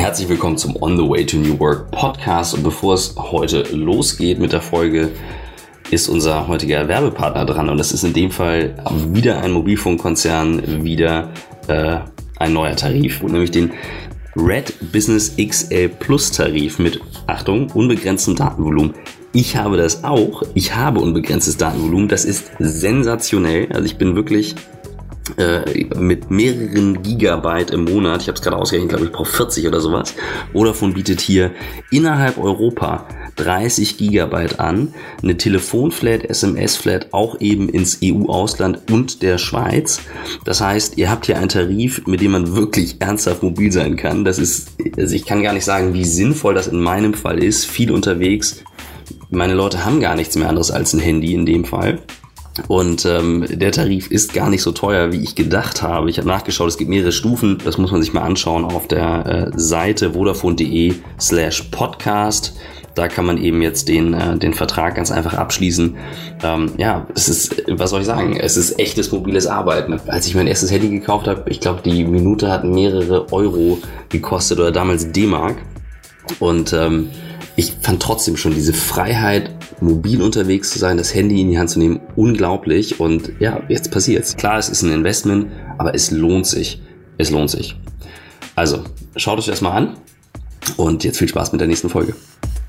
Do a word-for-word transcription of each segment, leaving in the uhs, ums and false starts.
Herzlich willkommen zum On the Way to New Work Podcast. Und bevor es heute losgeht mit der Folge, ist unser heutiger Werbepartner dran. Und das ist in dem Fall wieder ein Mobilfunkkonzern, wieder äh, ein neuer Tarif, nämlich den Red Business X L Plus Tarif mit, Achtung, unbegrenztem Datenvolumen. Ich habe das auch. Ich habe unbegrenztes Datenvolumen. Das ist sensationell. Also ich bin wirklich äh, mit mehreren Gigabyte im Monat, ich habe es gerade ausgerechnet, glaube ich, brauche vierzig oder sowas. Vodafone bietet hier innerhalb Europa dreißig Gigabyte an, eine Telefonflat, S M S-Flat, auch eben ins E U-Ausland und der Schweiz. Das heißt, ihr habt hier einen Tarif, mit dem man wirklich ernsthaft mobil sein kann. Das ist, also ich kann gar nicht sagen, wie sinnvoll das in meinem Fall ist. Viel unterwegs. Meine Leute haben gar nichts mehr anderes als ein Handy in dem Fall. Und ähm, der Tarif ist gar nicht so teuer, wie ich gedacht habe. Ich habe nachgeschaut, es gibt mehrere Stufen. Das muss man sich mal anschauen auf der äh, Seite vodafone.de slash podcast. Da kann man eben jetzt den äh, den Vertrag ganz einfach abschließen. Ähm, ja, es ist, was soll ich sagen, es ist echtes mobiles Arbeiten. Als ich mein erstes Handy gekauft habe, ich glaube, die Minute hat mehrere Euro gekostet oder damals D-Mark. Und ähm, ich fand trotzdem schon diese Freiheit, mobil unterwegs zu sein, das Handy in die Hand zu nehmen, unglaublich. Und ja, jetzt passiert's. Klar, es ist ein Investment, aber es lohnt sich. Es lohnt sich. Also, schaut euch das mal an und jetzt viel Spaß mit der nächsten Folge.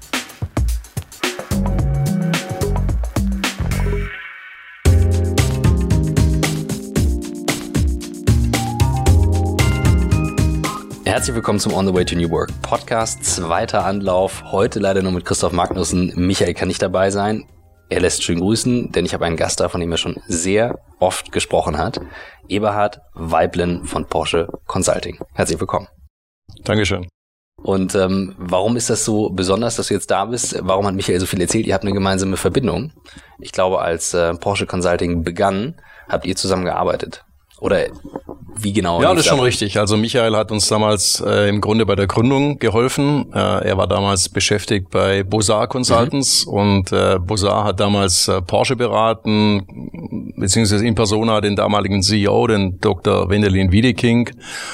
Herzlich willkommen zum On the Way to New Work Podcast, zweiter Anlauf, heute leider nur mit Christoph Magnussen. Michael kann nicht dabei sein, er lässt schön grüßen, denn ich habe einen Gast da, von dem er schon sehr oft gesprochen hat, Eberhard Weiblen von Porsche Consulting. Herzlich willkommen. Dankeschön. Und ähm, warum ist das so besonders, dass du jetzt da bist? Warum hat Michael so viel erzählt? Ihr habt eine gemeinsame Verbindung. Ich glaube, als äh, Porsche Consulting begann, habt ihr zusammen gearbeitet. Oder wie genau? Ja, das ist schon richtig. Also Michael hat uns damals äh, im Grunde bei der Gründung geholfen. Äh, er war damals beschäftigt bei Bossard Consultants mhm. und äh, Bossard hat damals äh, Porsche beraten, beziehungsweise in persona den damaligen C E O, den Doktor Wendelin Wiedeking.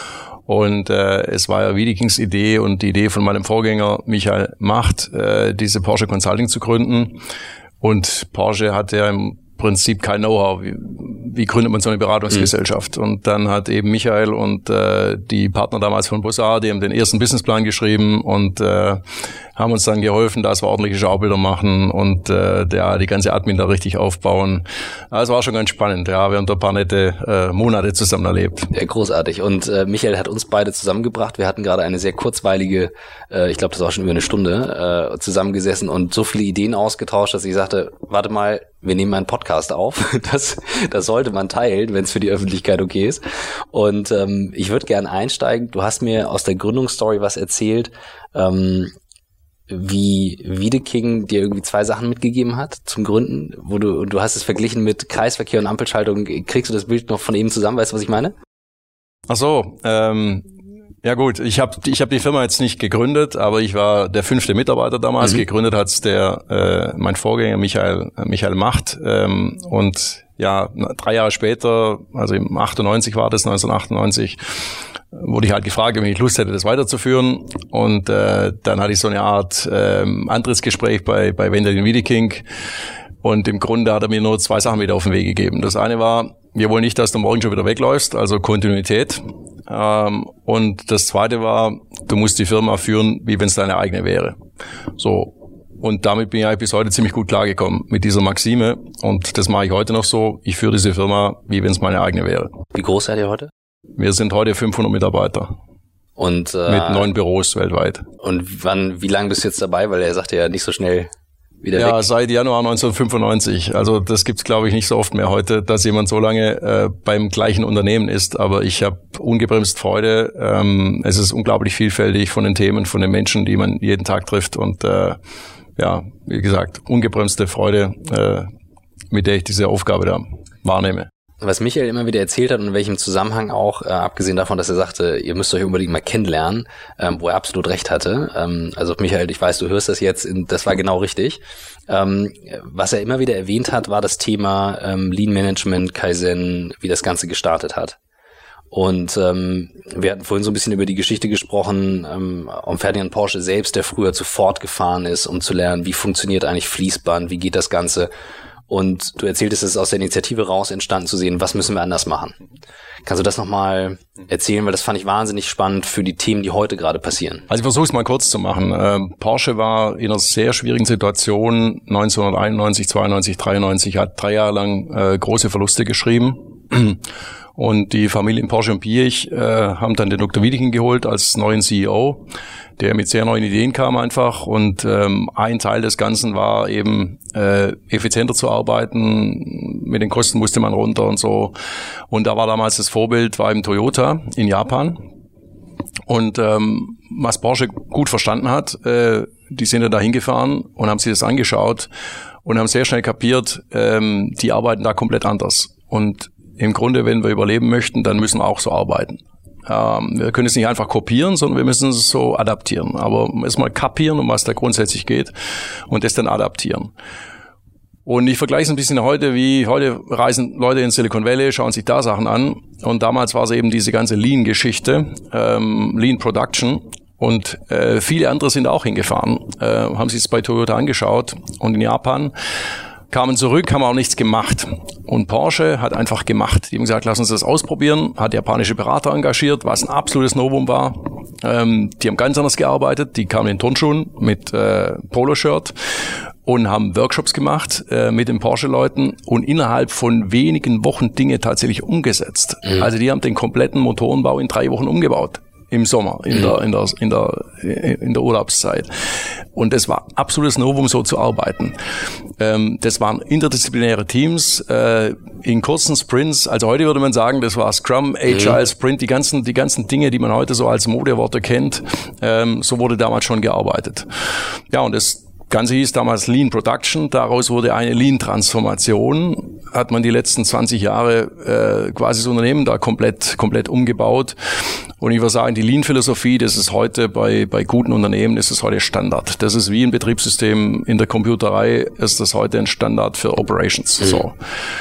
Und äh, es war ja Wiedekings Idee und die Idee von meinem Vorgänger Michael Macht, äh, diese Porsche Consulting zu gründen. Und Porsche hat ja im Prinzip kein Know-how. Wie, wie gründet man so eine Beratungsgesellschaft? Mhm. Und dann hat eben Michael und äh, die Partner damals von Bossard, die haben den ersten Businessplan geschrieben und äh, haben uns dann geholfen, dass wir ordentliche Schaubilder machen und äh, ja, die ganze Admin da richtig aufbauen. Das war schon ganz spannend. Ja, wir haben da ein paar nette äh, Monate zusammen erlebt. Ja, großartig. Und äh, Michael hat uns beide zusammengebracht. Wir hatten gerade eine sehr kurzweilige, äh, ich glaube, das war schon über eine Stunde, äh, zusammengesessen und so viele Ideen ausgetauscht, dass ich sagte, warte mal, wir nehmen einen Podcast auf. Das, das sollte man teilen, wenn es für die Öffentlichkeit okay ist. Und ähm, ich würde gerne einsteigen. Du hast mir aus der Gründungsstory was erzählt, ähm, wie Wiedeking dir irgendwie zwei Sachen mitgegeben hat zum Gründen, wo du, und du hast es verglichen mit Kreisverkehr und Ampelschaltung. Kriegst du das Bild noch von eben zusammen? Weißt du, was ich meine? Ach so, ähm, ja gut, ich habe ich hab die Firma jetzt nicht gegründet, aber ich war der fünfte Mitarbeiter damals. Mhm. Gegründet hat's der äh, mein Vorgänger Michael Michael Macht ähm, und ja, drei Jahre später, also im achtundneunzig war das, neunzehnhundertachtundneunzig, wurde ich halt gefragt, ob ich Lust hätte, das weiterzuführen. Und äh, dann hatte ich so eine Art äh, Antrittsgespräch bei bei Wendelin Wiedeking. Und im Grunde hat er mir nur zwei Sachen wieder auf den Weg gegeben. Das eine war, wir wollen nicht, dass du morgen schon wieder wegläufst, also Kontinuität. Ähm, und das zweite war, du musst die Firma führen, wie wenn es deine eigene wäre. So. Und damit bin ich eigentlich bis heute ziemlich gut klargekommen mit dieser Maxime. Und das mache ich heute noch so. Ich führe diese Firma, wie wenn es meine eigene wäre. Wie groß seid ihr heute? Wir sind heute fünfhundert Mitarbeiter. Und äh, mit neun Büros weltweit. Und wann, wie lange bist du jetzt dabei? Weil er sagte ja nicht so schnell wieder ja, weg. Seit Januar neunzehnhundertfünfundneunzig. Also das gibt's, glaube ich, nicht so oft mehr heute, dass jemand so lange äh, beim gleichen Unternehmen ist. Aber ich habe ungebremst Freude. Ähm, es ist unglaublich vielfältig von den Themen, von den Menschen, die man jeden Tag trifft. Und äh, ja, wie gesagt, ungebremste Freude, äh, mit der ich diese Aufgabe da wahrnehme. Was Michael immer wieder erzählt hat und in welchem Zusammenhang auch, äh, abgesehen davon, dass er sagte, ihr müsst euch unbedingt mal kennenlernen, ähm, wo er absolut recht hatte. Ähm, also Michael, ich weiß, du hörst das jetzt, in, das war genau richtig. Ähm, was er immer wieder erwähnt hat, war das Thema ähm, Lean Management, Kaizen, wie das Ganze gestartet hat. Und ähm, wir hatten vorhin so ein bisschen über die Geschichte gesprochen, ähm, um Ferdinand Porsche selbst, der früher zu Ford gefahren ist, um zu lernen, wie funktioniert eigentlich Fließband, wie geht das Ganze. Und du erzähltest, es ist aus der Initiative raus entstanden zu sehen, was müssen wir anders machen. Kannst du das nochmal erzählen, weil das fand ich wahnsinnig spannend für die Themen, die heute gerade passieren. Also ich versuche es mal kurz zu machen. Ähm, Porsche war in einer sehr schwierigen Situation neunzehnhunderteinundneunzig, zweiundneunzig, dreiundneunzig, hat drei Jahre lang äh, große Verluste geschrieben. Und die Familien Porsche und Piech äh, haben dann den Doktor Wiedeking geholt als neuen C E O, der mit sehr neuen Ideen kam einfach. Und ähm, ein Teil des Ganzen war eben äh, effizienter zu arbeiten, mit den Kosten musste man runter und so. Und da war damals das Vorbild, war eben Toyota in Japan. Und ähm, was Porsche gut verstanden hat, äh, die sind ja da hingefahren und haben sich das angeschaut und haben sehr schnell kapiert, ähm, die arbeiten da komplett anders. Und im Grunde, wenn wir überleben möchten, dann müssen wir auch so arbeiten. Ähm, wir können es nicht einfach kopieren, sondern wir müssen es so adaptieren. Aber erstmal kapieren, um was da grundsätzlich geht und das dann adaptieren. Und ich vergleiche es ein bisschen heute, wie heute reisen Leute in Silicon Valley, schauen sich da Sachen an. Und damals war es eben diese ganze Lean-Geschichte, ähm, Lean Production. Und äh, viele andere sind auch hingefahren, äh, haben sich das bei Toyota angeschaut. Und in Japan kamen zurück, haben auch nichts gemacht. Und Porsche hat einfach gemacht. Die haben gesagt, lass uns das ausprobieren, hat japanische Berater engagiert, was ein absolutes Novum war. Ähm, die haben ganz anders gearbeitet, die kamen in Turnschuhen mit äh, Poloshirt und haben Workshops gemacht äh, mit den Porsche-Leuten und innerhalb von wenigen Wochen Dinge tatsächlich umgesetzt. Mhm. Also die haben den kompletten Motorenbau in drei Wochen umgebaut. Im Sommer, in der, in der, in der, in der Urlaubszeit. Und es war absolutes Novum, so zu arbeiten. Ähm, das waren interdisziplinäre Teams, äh, in kurzen Sprints. Also heute würde man sagen, das war Scrum, Agile, Sprint, die ganzen, die ganzen Dinge, die man heute so als Modeworte kennt. Ähm, so wurde damals schon gearbeitet. Ja, und das Ganze hieß damals Lean Production, daraus wurde eine Lean-Transformation, hat man die letzten zwanzig Jahre äh, quasi das Unternehmen da komplett komplett umgebaut. Und ich würde sagen, die Lean-Philosophie, das ist heute bei bei guten Unternehmen, das ist heute Standard. Das ist wie ein Betriebssystem in der Computerei, ist das heute ein Standard für Operations. Mhm. So.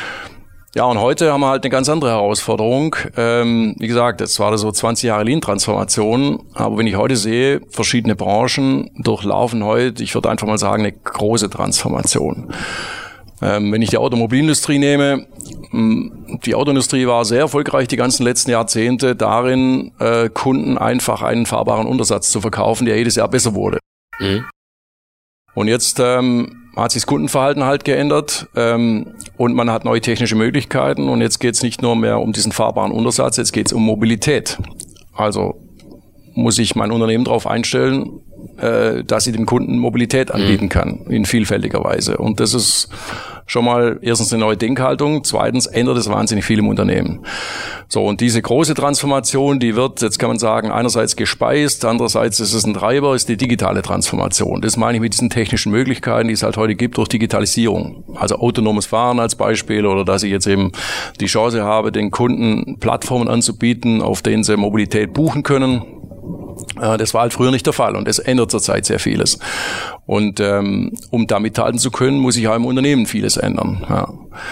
Ja, und heute haben wir halt eine ganz andere Herausforderung. Ähm, wie gesagt, jetzt war das so zwanzig Jahre Lean-Transformation, aber wenn ich heute sehe, verschiedene Branchen durchlaufen heute, ich würde einfach mal sagen, eine große Transformation. Ähm, wenn ich die Automobilindustrie nehme, die Autoindustrie war sehr erfolgreich die ganzen letzten Jahrzehnte darin, äh, Kunden einfach einen fahrbaren Untersatz zu verkaufen, der jedes Jahr besser wurde. Mhm. Und jetzt ähm, hat sich das Kundenverhalten halt geändert ähm, und man hat neue technische Möglichkeiten und jetzt geht es nicht nur mehr um diesen fahrbaren Untersatz, jetzt geht es um Mobilität. Also muss ich mein Unternehmen darauf einstellen, äh, dass ich dem Kunden Mobilität anbieten kann, in vielfältiger Weise. Und das ist schon mal erstens eine neue Denkhaltung, zweitens ändert es wahnsinnig viel im Unternehmen. So, und diese große Transformation, die wird, jetzt kann man sagen, einerseits gespeist, andererseits ist es ein Treiber, ist die digitale Transformation. Das meine ich mit diesen technischen Möglichkeiten, die es halt heute gibt durch Digitalisierung. Also autonomes Fahren als Beispiel oder dass ich jetzt eben die Chance habe, den Kunden Plattformen anzubieten, auf denen sie Mobilität buchen können. Das war halt früher nicht der Fall und es ändert zurzeit sehr vieles. Und ähm, um da mithalten zu können, muss ich auch im Unternehmen vieles ändern. Ja.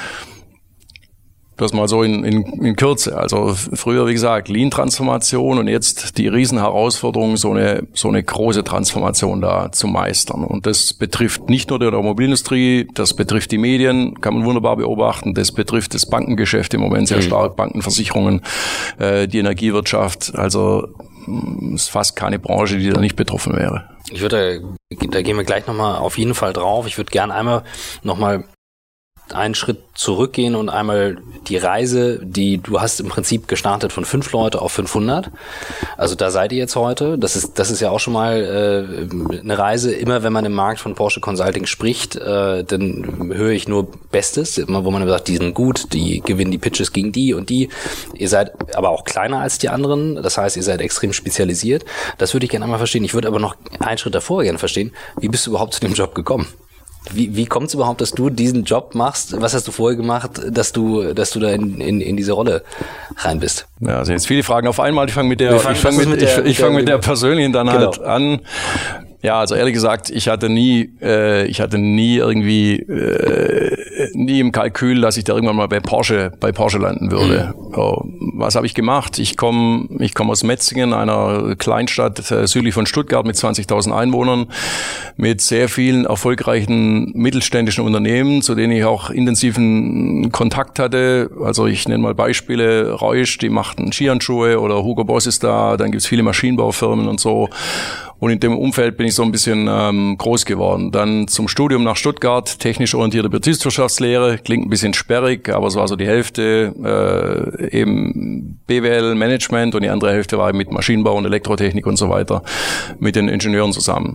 Das mal so in, in, in Kürze. Also früher, wie gesagt, Lean-Transformation und jetzt die Riesenherausforderung, so eine so eine große Transformation da zu meistern. Und das betrifft nicht nur die Automobilindustrie, das betrifft die Medien, kann man wunderbar beobachten. Das betrifft das Bankengeschäft im Moment sehr stark, Banken, Versicherungen, äh, die Energiewirtschaft. Also es ist fast keine Branche, die da nicht betroffen wäre. Ich würde, da gehen wir gleich nochmal auf jeden Fall drauf. Ich würde gerne einmal nochmal einen Schritt zurückgehen und einmal die Reise, die du hast im Prinzip gestartet von fünf Leute auf fünfhundert. Also da seid ihr jetzt heute. Das ist das ist ja auch schon mal äh, eine Reise. Immer wenn man im Markt von Porsche Consulting spricht, äh, dann höre ich nur Bestes. Immer wo man sagt, die sind gut, die gewinnen die Pitches gegen die und die. Ihr seid aber auch kleiner als die anderen. Das heißt, ihr seid extrem spezialisiert. Das würde ich gerne einmal verstehen. Ich würde aber noch einen Schritt davor gerne verstehen. Wie bist du überhaupt zu dem Job gekommen? Wie, wie kommt es überhaupt, dass du diesen Job machst? Was hast du vorher gemacht, dass du, dass du da in, in, in diese Rolle rein bist? Ja, also jetzt viele Fragen auf einmal. Ich fange mit der, ich fange mit, mit, der, ich, ich fang mit der persönlichen dann genau. halt an. Ja, also ehrlich gesagt, ich hatte nie, äh, ich hatte nie irgendwie äh, nie im Kalkül, dass ich da irgendwann mal bei Porsche, bei Porsche landen würde. Mhm. So, was habe ich gemacht? Ich komme, ich komme aus Metzingen, einer Kleinstadt äh, südlich von Stuttgart mit zwanzigtausend Einwohnern, mit sehr vielen erfolgreichen mittelständischen Unternehmen, zu denen ich auch intensiven Kontakt hatte. Also ich nenne mal Beispiele: Reusch, die machten Skihandschuhe, oder Hugo Boss ist da. Dann gibt's viele Maschinenbaufirmen und so. Und in dem Umfeld bin ich so ein bisschen ähm, groß geworden. Dann zum Studium nach Stuttgart, technisch orientierte Betriebswirtschaftslehre, klingt ein bisschen sperrig, aber es war so die Hälfte äh, eben B W L Management und die andere Hälfte war eben mit Maschinenbau und Elektrotechnik und so weiter mit den Ingenieuren zusammen.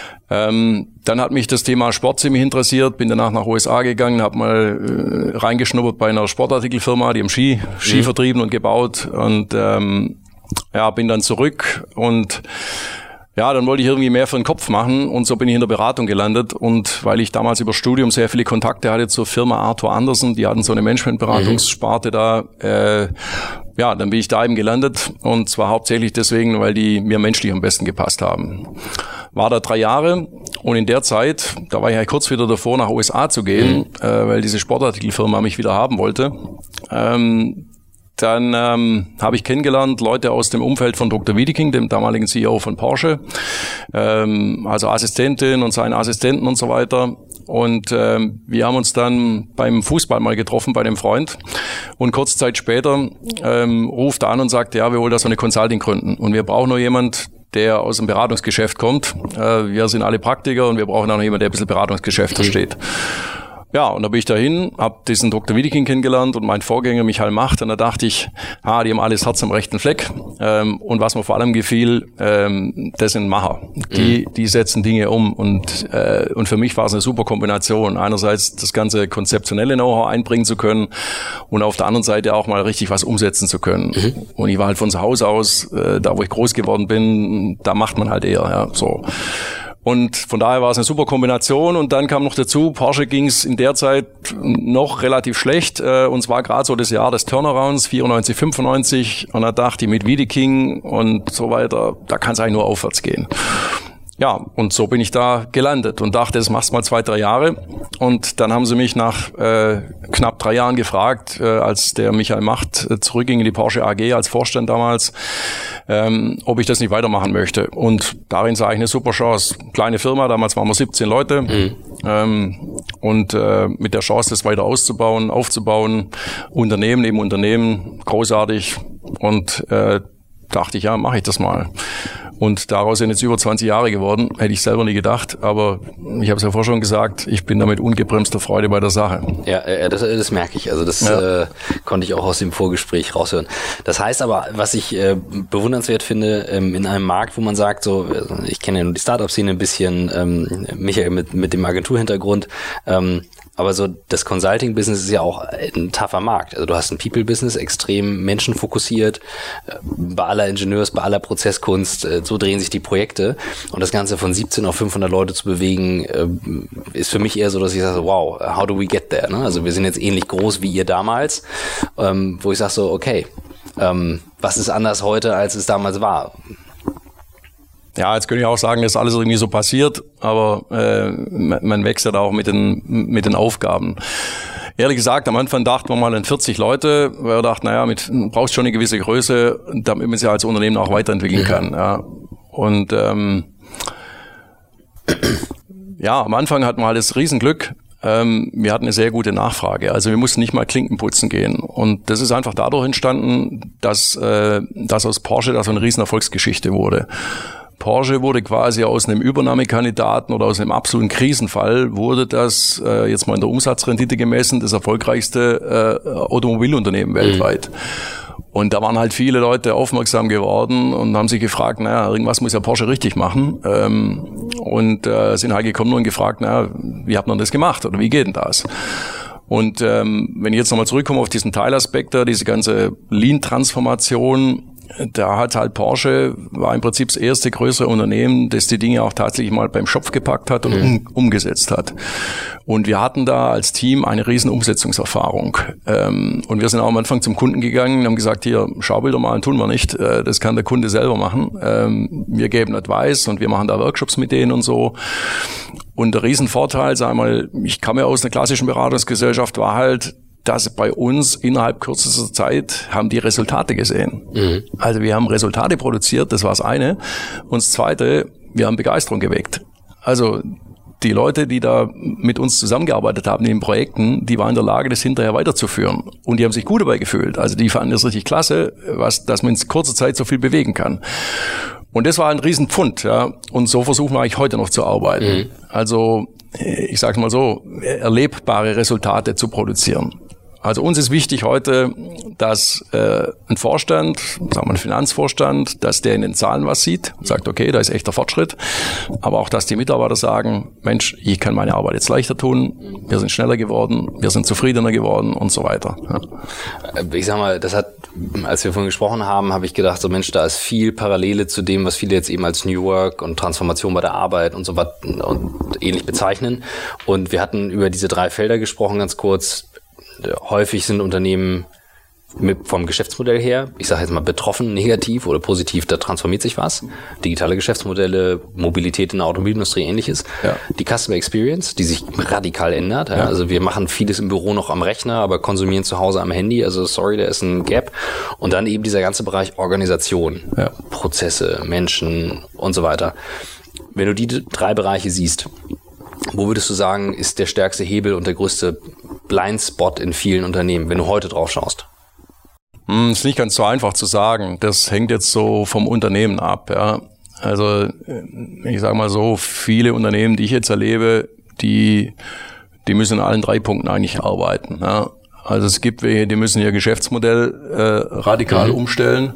Ähm, dann hat mich das Thema Sport ziemlich interessiert, bin danach nach U S A gegangen, habe mal äh, reingeschnuppert bei einer Sportartikelfirma, die haben Ski, Ski mhm. vertrieben und gebaut, und ähm, ja, bin dann zurück, und ja, dann wollte ich irgendwie mehr für den Kopf machen, und so bin ich in der Beratung gelandet. Und weil ich damals über Studium sehr viele Kontakte hatte zur Firma Arthur Andersen, die hatten so eine Managementberatungssparte mhm. da, äh, ja, dann bin ich da eben gelandet, und zwar hauptsächlich deswegen, weil die mir menschlich am besten gepasst haben. War da drei Jahre, und in der Zeit, da war ich ja kurz wieder davor, nach U S A zu gehen, mhm. äh, weil diese Sportartikelfirma mich wieder haben wollte. Ähm, Dann ähm, habe ich kennengelernt Leute aus dem Umfeld von Doktor Wiedeking, dem damaligen C E O von Porsche, ähm, also Assistentin und seine Assistenten und so weiter. Und ähm, wir haben uns dann beim Fußball mal getroffen bei dem Freund. Und kurze Zeit später ähm, ruft er an und sagt, ja, wir wollen da so eine Consulting gründen. Und wir brauchen nur jemand, der aus dem Beratungsgeschäft kommt. Äh, wir sind alle Praktiker, und wir brauchen auch noch jemanden, der ein bisschen Beratungsgeschäft versteht. Ja, und da bin ich dahin, habe diesen Doktor Wiedeking kennengelernt und mein Vorgänger Michael Macht, und da dachte ich, ah, die haben alles Herz am rechten Fleck. Ähm, und was mir vor allem gefiel, ähm, das sind Macher. Die, mhm. die setzen Dinge um, und äh, und für mich war es eine super Kombination. Einerseits das ganze konzeptionelle Know-how einbringen zu können, und auf der anderen Seite auch mal richtig was umsetzen zu können. Mhm. Und ich war halt von zu Hause aus, äh, da wo ich groß geworden bin, da macht man halt eher, ja, so. Und von daher war es eine super Kombination. Und dann kam noch dazu, Porsche ging es in der Zeit noch relativ schlecht. Und es war gerade so das Jahr des Turnarounds, vierundneunzig, fünfundneunzig. Und da dachte ich, mit Wiedeking und so weiter, da kann es eigentlich nur aufwärts gehen. Ja, und so bin ich da gelandet und dachte, das machst du mal zwei, drei Jahre. Und dann haben sie mich nach äh, knapp drei Jahren gefragt, äh, als der Michael Macht äh, zurückging in die Porsche A G als Vorstand damals, ähm, ob ich das nicht weitermachen möchte. Und darin sah ich eine super Chance. Kleine Firma, damals waren wir siebzehn Leute. Mhm. Ähm, und äh, mit der Chance, das weiter auszubauen, aufzubauen, Unternehmen neben Unternehmen, großartig. Und äh, dachte ich, ja, mache ich das mal. Und daraus sind jetzt über zwanzig Jahre geworden, hätte ich selber nie gedacht, aber ich habe es ja vorher schon gesagt, ich bin da mit ungebremster Freude bei der Sache. Ja, das, das merke ich, also das ja. äh, konnte ich auch aus dem Vorgespräch raushören. Das heißt aber, was ich äh, bewundernswert finde, ähm, in einem Markt, wo man sagt, so, ich kenne ja nur die Startup-Szene ein bisschen, ähm, Michael mit, mit dem Agenturhintergrund, ähm, aber so das Consulting-Business ist ja auch ein tougher Markt. Also du hast ein People-Business, extrem menschenfokussiert, bei aller Ingenieurs, bei aller Prozesskunst, so drehen sich die Projekte. Und das Ganze von siebzehn auf fünfhundert Leute zu bewegen, ist für mich eher so, dass ich sage, wow, how do we get there? Also wir sind jetzt ähnlich groß wie ihr damals, wo ich sage so, okay, was ist anders heute, als es damals war? Ja, jetzt könnte ich auch sagen, das ist alles irgendwie so passiert, aber äh, man, man wächst ja da auch mit den mit den Aufgaben. Ehrlich gesagt, am Anfang dachten wir mal an vierzig Leute, weil wir dachten, naja, mit brauchst schon eine gewisse Größe, damit man sich als Unternehmen auch weiterentwickeln kann. Ja. Und ähm, ja, am Anfang hatten wir halt das Riesenglück. Ähm, wir hatten eine sehr gute Nachfrage, also wir mussten nicht mal Klinken putzen gehen. Und das ist einfach dadurch entstanden, dass, äh, dass aus Porsche da so eine riesen Erfolgsgeschichte wurde. Porsche wurde quasi aus einem Übernahmekandidaten oder aus einem absoluten Krisenfall, wurde das äh, jetzt mal in der Umsatzrendite gemessen, das erfolgreichste äh, Automobilunternehmen weltweit. Mhm. Und da waren halt viele Leute aufmerksam geworden und haben sich gefragt, naja, irgendwas muss ja Porsche richtig machen. Ähm, und äh, sind halt gekommen und gefragt, naja, wie hat man das gemacht oder wie geht denn das? Und ähm, wenn ich jetzt nochmal zurückkomme auf diesen Teilaspekt da, diese ganze Lean-Transformation, da hat halt Porsche, war im Prinzip das erste größere Unternehmen, das die Dinge auch tatsächlich mal beim Schopf gepackt hat und mhm. um, umgesetzt hat. Und wir hatten da als Team eine riesen Umsetzungserfahrung. Ähm, und wir sind auch am Anfang zum Kunden gegangen und haben gesagt, hier, Schaubilder malen tun wir nicht, äh, das kann der Kunde selber machen. Ähm, wir geben Advice und wir machen da Workshops mit denen und so. Und der Riesenvorteil, sagen wir mal, ich kam ja aus einer klassischen Beratungsgesellschaft, war halt, dass bei uns innerhalb kürzester Zeit haben die Resultate gesehen. Mhm. Also wir haben Resultate produziert, das war das eine. Und das zweite, wir haben Begeisterung geweckt. Also die Leute, die da mit uns zusammengearbeitet haben in den Projekten, die waren in der Lage, das hinterher weiterzuführen. Und die haben sich gut dabei gefühlt. Also die fanden das richtig klasse, was, dass man in kurzer Zeit so viel bewegen kann. Und das war ein Riesenpfund, ja. Und so versuchen wir eigentlich heute noch zu arbeiten. Mhm. Also, ich sag's mal so, erlebbare Resultate zu produzieren. Also uns ist wichtig heute, dass äh, ein Vorstand, sagen wir ein Finanzvorstand, dass der in den Zahlen was sieht und sagt, okay, da ist echter Fortschritt. Aber auch, dass die Mitarbeiter sagen, Mensch, ich kann meine Arbeit jetzt leichter tun, wir sind schneller geworden, wir sind zufriedener geworden und so weiter. Ja. Ich sag mal, das hat, als wir vorhin gesprochen haben, habe ich gedacht, so Mensch, da ist viel Parallele zu dem, was viele jetzt eben als New Work und Transformation bei der Arbeit und so was und ähnlich bezeichnen. Und wir hatten über diese drei Felder gesprochen, ganz kurz. Häufig sind Unternehmen mit, vom Geschäftsmodell her, ich sage jetzt mal betroffen, negativ oder positiv, da transformiert sich was. Digitale Geschäftsmodelle, Mobilität in der Automobilindustrie, ähnliches. Ja. Die Customer Experience, die sich radikal ändert. Ja. Also wir machen vieles im Büro noch am Rechner, aber konsumieren zu Hause am Handy. Also sorry, da ist ein Gap. Und dann eben dieser ganze Bereich Organisation, ja. Prozesse, Menschen und so weiter. Wenn du die drei Bereiche siehst, wo würdest du sagen, ist der stärkste Hebel und der größte Blindspot in vielen Unternehmen, wenn du heute drauf schaust? Hm, ist nicht ganz so einfach zu sagen. Das hängt jetzt so vom Unternehmen ab. Ja. Also ich sage mal so, viele Unternehmen, die ich jetzt erlebe, die, die müssen in allen drei Punkten eigentlich arbeiten. Ja. Also es gibt welche, die müssen ihr Geschäftsmodell äh, radikal mhm. umstellen.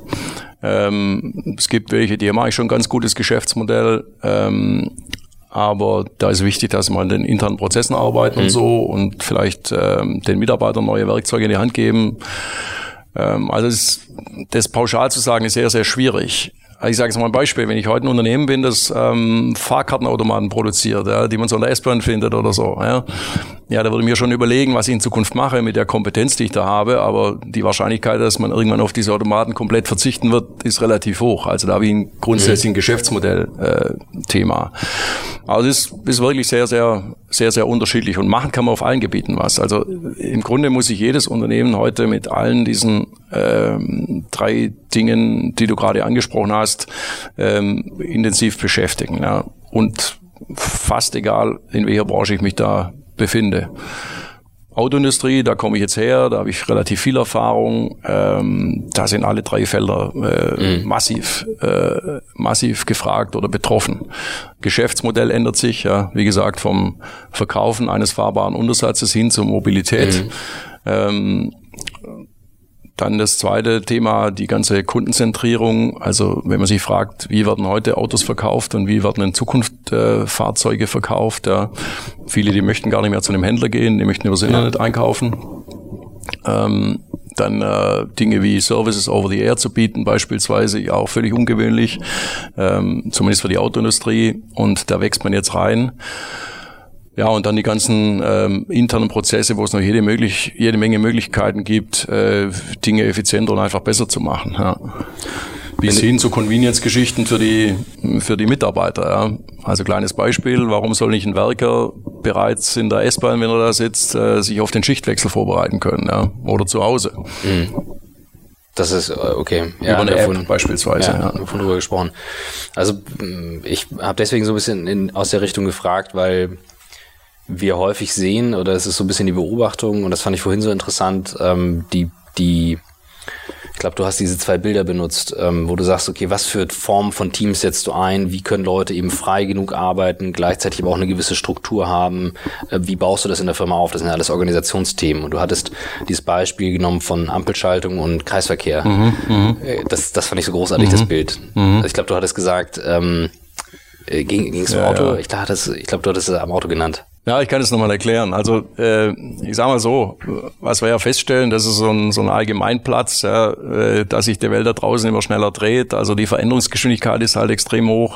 Ähm, es gibt welche, die haben eigentlich schon ein ganz gutes Geschäftsmodell. Ähm, Aber da ist wichtig, dass man an den internen Prozessen arbeiten mhm. und so und vielleicht ähm, den Mitarbeitern neue Werkzeuge in die Hand geben. Ähm, also das, das pauschal zu sagen, ist sehr, sehr schwierig. Ich sage jetzt mal ein Beispiel, wenn ich heute ein Unternehmen bin, das ähm, Fahrkartenautomaten produziert, ja, die man so in der S-Bahn findet oder so, ja, ja, da würde ich mir schon überlegen, was ich in Zukunft mache mit der Kompetenz, die ich da habe, aber die Wahrscheinlichkeit, dass man irgendwann auf diese Automaten komplett verzichten wird, ist relativ hoch. Also da habe ich ein grundsätzlich ein Geschäftsmodell-Thema. Äh, also es ist, ist wirklich sehr, sehr, sehr, sehr unterschiedlich und machen kann man auf allen Gebieten was. Also im Grunde muss sich jedes Unternehmen heute mit allen diesen ähm, drei Dingen, die du gerade angesprochen hast, ähm, intensiv beschäftigen. Ja. Und fast egal, in welcher Branche ich mich da befinde. Autoindustrie, da komme ich jetzt her, da habe ich relativ viel Erfahrung. Ähm, da sind alle drei Felder äh, mhm. massiv, äh, massiv gefragt oder betroffen. Geschäftsmodell ändert sich, ja, wie gesagt, vom Verkaufen eines fahrbaren Untersatzes hin zur Mobilität. Mhm. Ähm, Dann das zweite Thema, die ganze Kundenzentrierung. Also wenn man sich fragt, wie werden heute Autos verkauft und wie werden in Zukunft äh, Fahrzeuge verkauft. Ja. Viele, die möchten gar nicht mehr zu einem Händler gehen, die möchten übers Internet einkaufen. Ähm, dann äh, Dinge wie Services over the air zu bieten beispielsweise, ja auch völlig ungewöhnlich, ähm, zumindest für die Autoindustrie. Und da wächst man jetzt rein. Ja, und dann die ganzen ähm, internen Prozesse, wo es noch jede möglich, jede Menge Möglichkeiten gibt, äh, Dinge effizienter und einfach besser zu machen. Ja. Bis hin zu Convenience-Geschichten für die für die Mitarbeiter. Ja. Also kleines Beispiel, warum soll nicht ein Werker bereits in der S-Bahn, wenn er da sitzt, äh, sich auf den Schichtwechsel vorbereiten können, ja, oder zu Hause? Mhm. Das ist, okay. Ja, über eine davon, App beispielsweise. Ja, ja. Davon drüber gesprochen. Also ich habe deswegen so ein bisschen in, aus der Richtung gefragt, weil wir häufig sehen, oder es ist so ein bisschen die Beobachtung, und das fand ich vorhin so interessant, ähm, die, die, ich glaube, du hast diese zwei Bilder benutzt, ähm, wo du sagst, okay, was für Formen von Teams setzt du ein, wie können Leute eben frei genug arbeiten, gleichzeitig aber auch eine gewisse Struktur haben, äh, wie baust du das in der Firma auf, das sind ja alles Organisationsthemen, und du hattest dieses Beispiel genommen von Ampelschaltung und Kreisverkehr. Mhm, das, das fand ich so großartig, mhm. das Bild. Mhm. Also ich glaube, du hattest gesagt, ähm, ging es um ja, Auto, ja. ich glaube, ich glaub, du hattest es am Auto genannt. Ja, ich kann es nochmal erklären. Also äh, ich sage mal so, was wir ja feststellen, das ist so ein, so ein Allgemeinplatz, ja, äh, dass sich die Welt da draußen immer schneller dreht. Also die Veränderungsgeschwindigkeit ist halt extrem hoch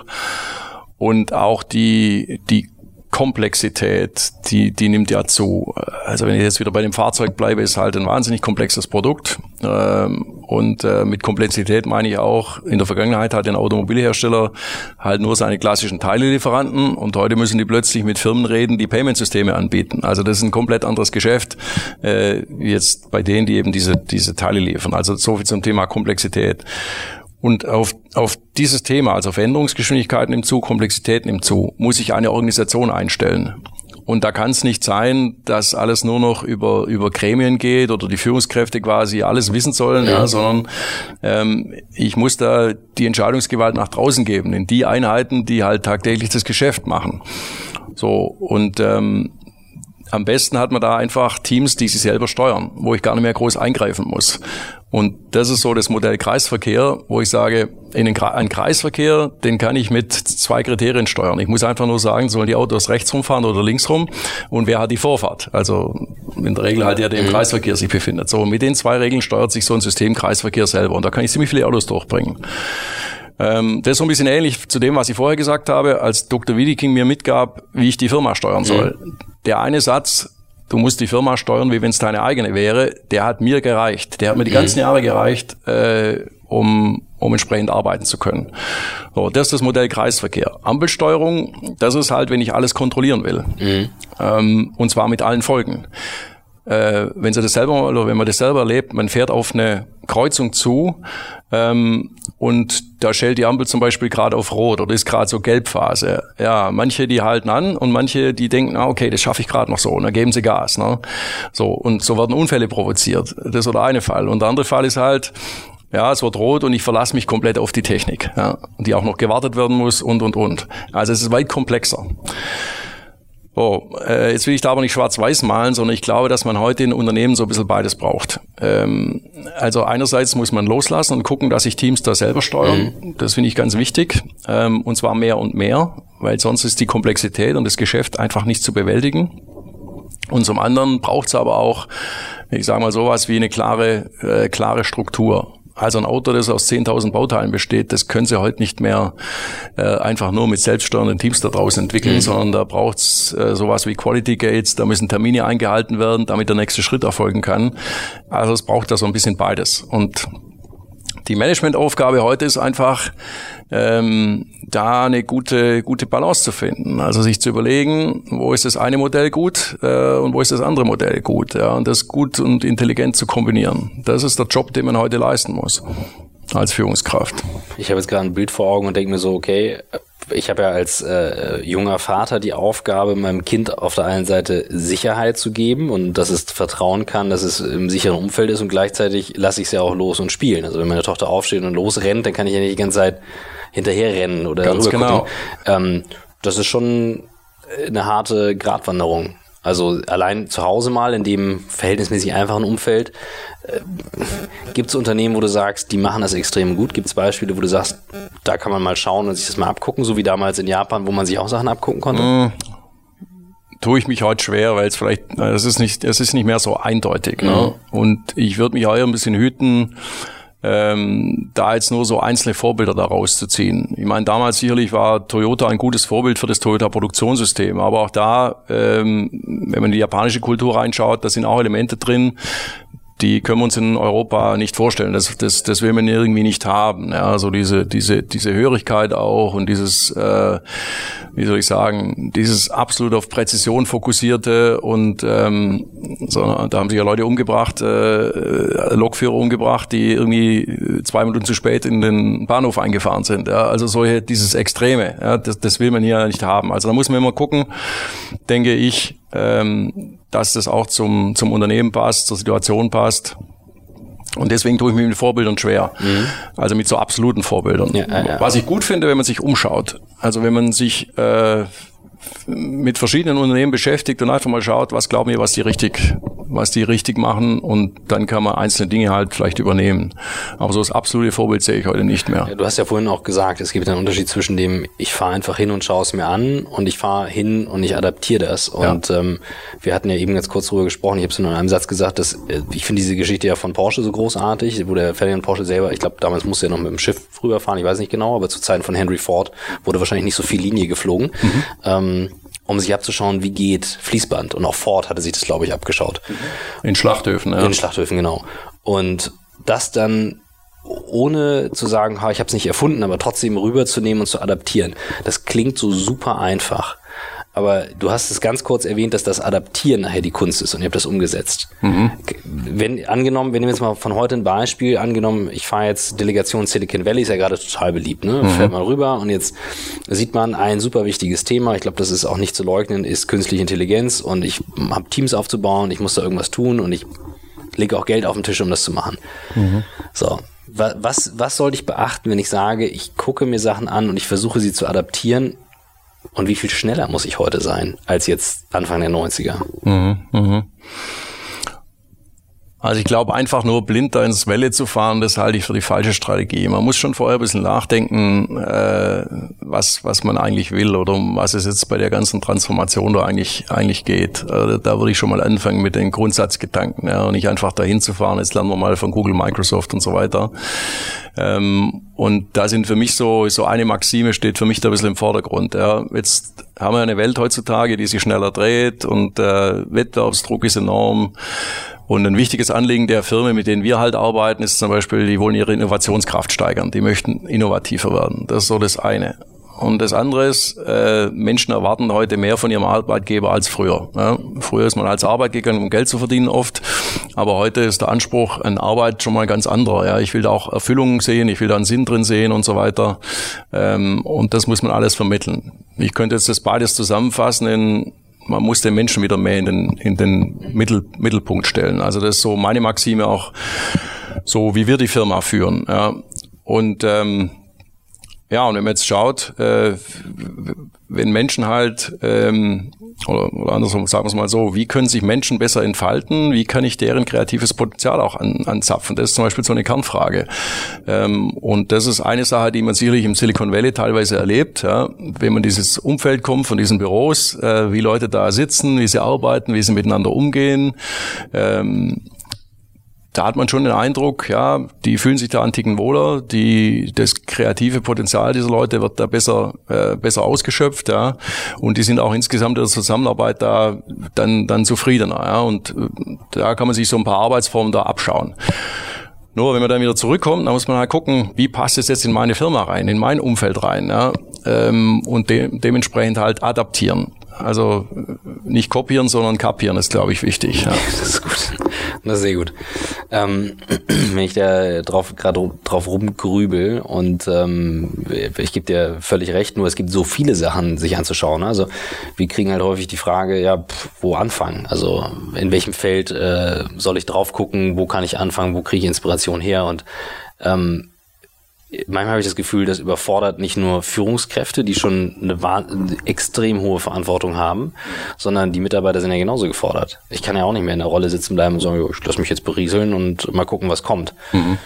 und auch die die Komplexität, die die nimmt ja zu. Also wenn ich jetzt wieder bei dem Fahrzeug bleibe, ist halt ein wahnsinnig komplexes Produkt. Ähm, und äh, mit Komplexität meine ich auch, in der Vergangenheit hat ein Automobilhersteller halt nur seine klassischen Teilelieferanten und heute müssen die plötzlich mit Firmen reden, die Payment-Systeme anbieten. Also das ist ein komplett anderes Geschäft, äh, wie jetzt bei denen, die eben diese diese Teile liefern. Also so viel zum Thema Komplexität. Und auf, auf dieses Thema, also Veränderungsgeschwindigkeit nimmt zu, Komplexität nimmt zu, muss sich eine Organisation einstellen. Und da kann es nicht sein, dass alles nur noch über über Gremien geht oder die Führungskräfte quasi alles wissen sollen, ja, ja sondern ähm, ich muss da die Entscheidungsgewalt nach draußen geben, in die Einheiten, die halt tagtäglich das Geschäft machen. So, und ähm, am besten hat man da einfach Teams, die sich selber steuern, wo ich gar nicht mehr groß eingreifen muss. Und das ist so das Modell Kreisverkehr, wo ich sage, in den einen Kreisverkehr, den kann ich mit zwei Kriterien steuern. Ich muss einfach nur sagen, sollen die Autos rechts rumfahren oder links rum und wer hat die Vorfahrt? Also in der Regel halt der, der im Kreisverkehr sich befindet. So, mit den zwei Regeln steuert sich so ein System Kreisverkehr selber und da kann ich ziemlich viele Autos durchbringen. Ähm, das ist so ein bisschen ähnlich zu dem, was ich vorher gesagt habe, als Doktor Wiedeking mir mitgab, wie ich die Firma steuern soll. Mhm. Der eine Satz, du musst die Firma steuern, wie wenn es deine eigene wäre, der hat mir gereicht. Der hat mir die ganzen Jahre gereicht, äh, um um entsprechend arbeiten zu können. So, das ist das Modell Kreisverkehr. Ampelsteuerung, das ist halt, wenn ich alles kontrollieren will. Mhm. Ähm, und zwar mit allen Folgen. Äh, wenn Sie das selber oder wenn man das selber erlebt, man fährt auf eine Kreuzung zu ähm, und da stellt die Ampel zum Beispiel gerade auf Rot oder ist gerade so Gelbphase. Ja, manche die halten an und manche die denken, ah, okay, das schaffe ich gerade noch so und dann geben sie Gas. Ne? So und so werden Unfälle provoziert. Das ist der eine Fall. Und der andere Fall ist halt, ja, es wird rot und ich verlasse mich komplett auf die Technik, ja, die auch noch gewartet werden muss und und und. Also es ist weit komplexer. Oh, äh, jetzt will ich da aber nicht schwarz-weiß malen, sondern ich glaube, dass man heute in Unternehmen so ein bisschen beides braucht. Ähm, also einerseits muss man loslassen und gucken, dass sich Teams da selber steuern. Mhm. Das finde ich ganz wichtig. Ähm, und zwar mehr und mehr, weil sonst ist die Komplexität und das Geschäft einfach nicht zu bewältigen. Und zum anderen braucht es aber auch, ich sage mal sowas wie eine klare, äh, klare Struktur. Also ein Auto, das aus zehntausend Bauteilen besteht, das können Sie heute nicht mehr äh, einfach nur mit selbststeuernden Teams da draußen entwickeln, mhm. sondern da braucht's äh, sowas wie Quality Gates, da müssen Termine eingehalten werden, damit der nächste Schritt erfolgen kann. Also es braucht da so ein bisschen beides. Und die Managementaufgabe heute ist einfach, ähm, da eine gute gute Balance zu finden. Also sich zu überlegen, wo ist das eine Modell gut äh, und wo ist das andere Modell gut. Ja, und das gut und intelligent zu kombinieren. Das ist der Job, den man heute leisten muss als Führungskraft. Ich habe jetzt gerade ein Bild vor Augen und denke mir so, okay, ich habe ja als äh, junger Vater die Aufgabe, meinem Kind auf der einen Seite Sicherheit zu geben und dass es vertrauen kann, dass es im sicheren Umfeld ist und gleichzeitig lasse ich es ja auch los und spielen. Also wenn meine Tochter aufsteht und losrennt, dann kann ich ja nicht die ganze Zeit hinterher rennen oder ganz genau. Ähm, das ist schon eine harte Gratwanderung. Also allein zu Hause mal in dem verhältnismäßig einfachen Umfeld. Äh, gibt es Unternehmen, wo du sagst, die machen das extrem gut? Gibt es Beispiele, wo du sagst, da kann man mal schauen und sich das mal abgucken, so wie damals in Japan, wo man sich auch Sachen abgucken konnte? Mm, tue ich mich heute schwer, weil es vielleicht, es ist nicht, es ist nicht mehr so eindeutig. Mhm. Ne? Und ich würde mich auch ein bisschen hüten, Ähm, da jetzt nur so einzelne Vorbilder daraus zu ziehen. Ich meine, damals sicherlich war Toyota ein gutes Vorbild für das Toyota-Produktionssystem, aber auch da, ähm, wenn man in die japanische Kultur reinschaut, da sind auch Elemente drin, die können wir uns in Europa nicht vorstellen. Das, das, das will man irgendwie nicht haben. Ja, also diese, diese, diese Hörigkeit auch und dieses, äh, wie soll ich sagen, dieses absolut auf Präzision fokussierte und ähm, so, da haben sich ja Leute umgebracht, äh, Lokführer umgebracht, die irgendwie zwei Minuten zu spät in den Bahnhof eingefahren sind. Ja, also solche, dieses Extreme, ja, das, das will man hier nicht haben. Also da muss man immer gucken, denke ich, ähm, dass das auch zum zum Unternehmen passt, zur Situation passt. Und deswegen tue ich mich mit Vorbildern schwer. Mhm. Also mit so absoluten Vorbildern. Ja, ja, ja. Was ich gut finde, wenn man sich umschaut. Also wenn man sich äh, mit verschiedenen Unternehmen beschäftigt und einfach mal schaut, was glauben wir, was die richtig was die richtig machen und dann kann man einzelne Dinge halt vielleicht übernehmen. Aber so das absolute Vorbild sehe ich heute nicht mehr. Ja, du hast ja vorhin auch gesagt, es gibt einen Unterschied zwischen dem, ich fahre einfach hin und schaue es mir an und ich fahre hin und ich adaptiere das. Und ja. ähm, wir hatten ja eben ganz kurz drüber gesprochen, ich habe es nur in einem Satz gesagt, dass äh, ich finde diese Geschichte ja von Porsche so großartig, wo der Ferdinand Porsche selber, ich glaube damals musste er noch mit dem Schiff rüberfahren, ich weiß nicht genau, aber zu Zeiten von Henry Ford wurde wahrscheinlich nicht so viel Linie geflogen. Mhm. Ähm, um sich abzuschauen, wie geht Fließband. Und auch Ford hatte sich das, glaube ich, abgeschaut. In Schlachthöfen, ja. In Schlachthöfen, genau. Und das dann ohne zu sagen, ha, ich habe es nicht erfunden, aber trotzdem rüberzunehmen und zu adaptieren. Das klingt so super einfach. Aber du hast es ganz kurz erwähnt, dass das Adaptieren nachher die Kunst ist und ihr habt das umgesetzt. Mhm. Wenn, angenommen, wir nehmen jetzt mal von heute ein Beispiel, angenommen, ich fahre jetzt Delegation Silicon Valley, ist ja gerade total beliebt, ne? Mhm. Fährt mal rüber und jetzt sieht man ein super wichtiges Thema, ich glaube, das ist auch nicht zu leugnen, ist künstliche Intelligenz und ich habe Teams aufzubauen, ich muss da irgendwas tun und ich lege auch Geld auf den Tisch, um das zu machen. Mhm. So. Was, was sollte ich beachten, wenn ich sage, ich gucke mir Sachen an und ich versuche sie zu adaptieren? Und wie viel schneller muss ich heute sein, als jetzt Anfang der neunziger? Mhm, mhm. Also ich glaube, einfach nur blind da ins Welle zu fahren, das halte ich für die falsche Strategie. Man muss schon vorher ein bisschen nachdenken, äh, was was man eigentlich will oder um was es jetzt bei der ganzen Transformation da eigentlich eigentlich geht. Äh, da würde ich schon mal anfangen mit den Grundsatzgedanken, ja, und nicht einfach dahin zu fahren. Jetzt lernen wir mal von Google, Microsoft und so weiter. Ähm, und da sind für mich so so eine Maxime steht für mich da ein bisschen im Vordergrund. Ja. Jetzt haben wir eine Welt heutzutage, die sich schneller dreht und äh, Wettbewerbsdruck ist enorm. Und ein wichtiges Anliegen der Firmen, mit denen wir halt arbeiten, ist zum Beispiel, die wollen ihre Innovationskraft steigern. Die möchten innovativer werden. Das ist so das eine. Und das andere ist, äh, Menschen erwarten heute mehr von ihrem Arbeitgeber als früher. Ja, früher ist man als Arbeit gegangen, um Geld zu verdienen oft. Aber heute ist der Anspruch an Arbeit schon mal ganz anderer. Ja, ich will da auch Erfüllung sehen, ich will da einen Sinn drin sehen und so weiter. Ähm, und das muss man alles vermitteln. Ich könnte jetzt das beides zusammenfassen in man muss den Menschen wieder mehr in den, in den Mittel, Mittelpunkt stellen. Also das ist so meine Maxime auch, so wie wir die Firma führen. Ja. Und ähm, ja, und wenn man jetzt schaut, äh, wenn Menschen halt, ähm, oder, oder andersrum sagen wir es mal so, wie können sich Menschen besser entfalten, wie kann ich deren kreatives Potenzial auch an, anzapfen? Das ist zum Beispiel so eine Kernfrage. Ähm, und das ist eine Sache, die man sicherlich im Silicon Valley teilweise erlebt, ja, wenn man dieses Umfeld kommt von diesen Büros, äh, wie Leute da sitzen, wie sie arbeiten, wie sie miteinander umgehen, ähm, da hat man schon den Eindruck, ja, die fühlen sich da einen Ticken wohler, die, das kreative Potenzial dieser Leute wird da besser, äh, besser ausgeschöpft, ja, und die sind auch insgesamt in der Zusammenarbeit da dann, dann zufriedener, ja, und äh, da kann man sich so ein paar Arbeitsformen da abschauen. Nur wenn man dann wieder zurückkommt, dann muss man halt gucken, wie passt es jetzt in meine Firma rein, in mein Umfeld rein, ja, ähm, und de- dementsprechend halt adaptieren. Also nicht kopieren, sondern kapieren ist, glaube ich, wichtig. Ja. Das ist gut. Das ist sehr gut. Ähm, wenn ich da drauf gerade drauf rumgrübel und ähm, ich gebe dir völlig recht, nur es gibt so viele Sachen, sich anzuschauen. Also wir kriegen halt häufig die Frage, ja, pff, wo anfangen? Also in welchem Feld äh, soll ich drauf gucken? Wo kann ich anfangen? Wo kriege ich Inspiration her? Und ähm, manchmal habe ich das Gefühl, das überfordert nicht nur Führungskräfte, die schon eine, eine extrem hohe Verantwortung haben, sondern die Mitarbeiter sind ja genauso gefordert. Ich kann ja auch nicht mehr in der Rolle sitzen bleiben und sagen, ich lasse mich jetzt berieseln und mal gucken, was kommt. Mhm.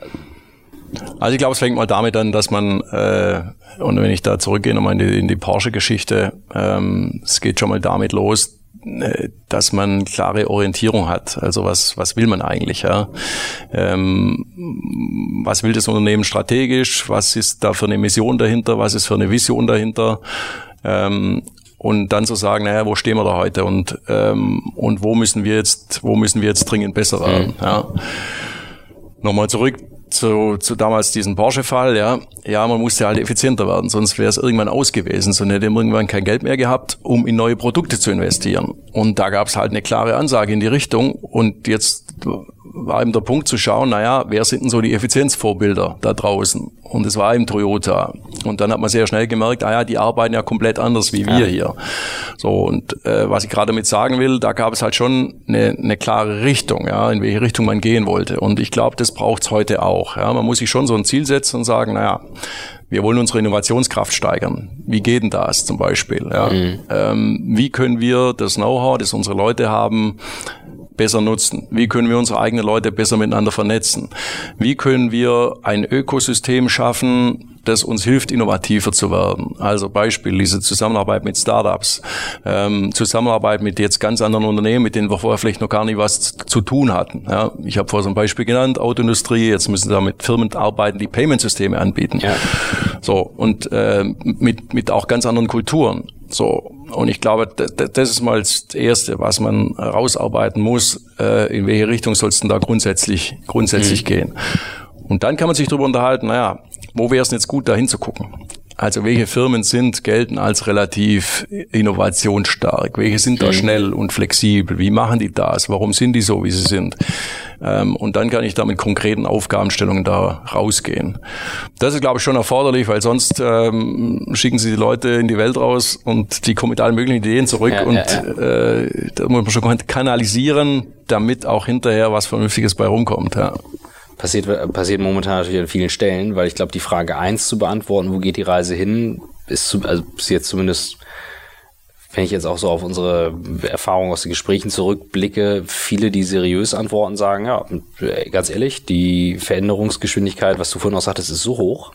Also ich glaube, es fängt mal damit an, dass man, äh, und wenn ich da zurückgehe nochmal in die, in die Porsche-Geschichte, ähm, es geht schon mal damit los, dass man klare Orientierung hat. Also was was will man eigentlich? Ja? Ähm, was will das Unternehmen strategisch? Was ist da für eine Mission dahinter? Was ist für eine Vision dahinter? Ähm, und dann zu sagen, naja, wo stehen wir da heute? Und ähm, und wo müssen wir jetzt wo müssen wir jetzt dringend besser werden? Mhm. Ja? Nochmal zurück zu, zu damals diesen Porsche-Fall, ja, ja, man musste halt effizienter werden, sonst wäre es irgendwann aus gewesen, sonst hätte man irgendwann kein Geld mehr gehabt, um in neue Produkte zu investieren. Und da gab es halt eine klare Ansage in die Richtung und jetzt war eben der Punkt zu schauen, naja, wer sind denn so die Effizienzvorbilder da draußen? Und es war eben Toyota. Und dann hat man sehr schnell gemerkt, ah ja, die arbeiten ja komplett anders wie wir ja. hier. So, und äh, was ich gerade damit sagen will, da gab es halt schon eine, eine klare Richtung, ja, in welche Richtung man gehen wollte. Und ich glaube, das braucht's heute auch. Ja. Man muss sich schon so ein Ziel setzen und sagen, naja, wir wollen unsere Innovationskraft steigern. Wie geht denn das zum Beispiel? Ja? Mhm. Ähm, wie können wir das Know-how, das unsere Leute haben, besser nutzen? Wie können wir unsere eigenen Leute besser miteinander vernetzen? Wie können wir ein Ökosystem schaffen, das uns hilft, innovativer zu werden? Also Beispiel, diese Zusammenarbeit mit Startups, ähm, Zusammenarbeit mit jetzt ganz anderen Unternehmen, mit denen wir vorher vielleicht noch gar nicht was zu tun hatten. Ja, ich habe vorher so ein Beispiel genannt, Autoindustrie, jetzt müssen da mit Firmen arbeiten, die Payment-Systeme anbieten. Ja. So, und äh, mit, mit auch ganz anderen Kulturen. So, und ich glaube, das ist mal das Erste, was man rausarbeiten muss, äh, in welche Richtung soll es denn da grundsätzlich grundsätzlich mhm. gehen. Und dann kann man sich darüber unterhalten, naja, wo wäre es denn jetzt gut, da hinzugucken? Also welche Firmen sind, gelten als relativ innovationsstark? Welche sind da schnell und flexibel? Wie machen die das? Warum sind die so, wie sie sind? Ähm, und dann kann ich da mit konkreten Aufgabenstellungen da rausgehen. Das ist, glaube ich, schon erforderlich, weil sonst ähm, schicken sie die Leute in die Welt raus und die kommen mit allen möglichen Ideen zurück. Ja, und ja, ja. Äh, da muss man schon kanalisieren, damit auch hinterher was Vernünftiges bei rumkommt. Ja. Passiert, passiert momentan natürlich an vielen Stellen, weil ich glaube, die Frage eins zu beantworten, wo geht die Reise hin, ist zu, also bis jetzt zumindest, wenn ich jetzt auch so auf unsere Erfahrungen aus den Gesprächen zurückblicke, viele, die seriös antworten, sagen, ja, ganz ehrlich, die Veränderungsgeschwindigkeit, was du vorhin auch sagtest, ist so hoch,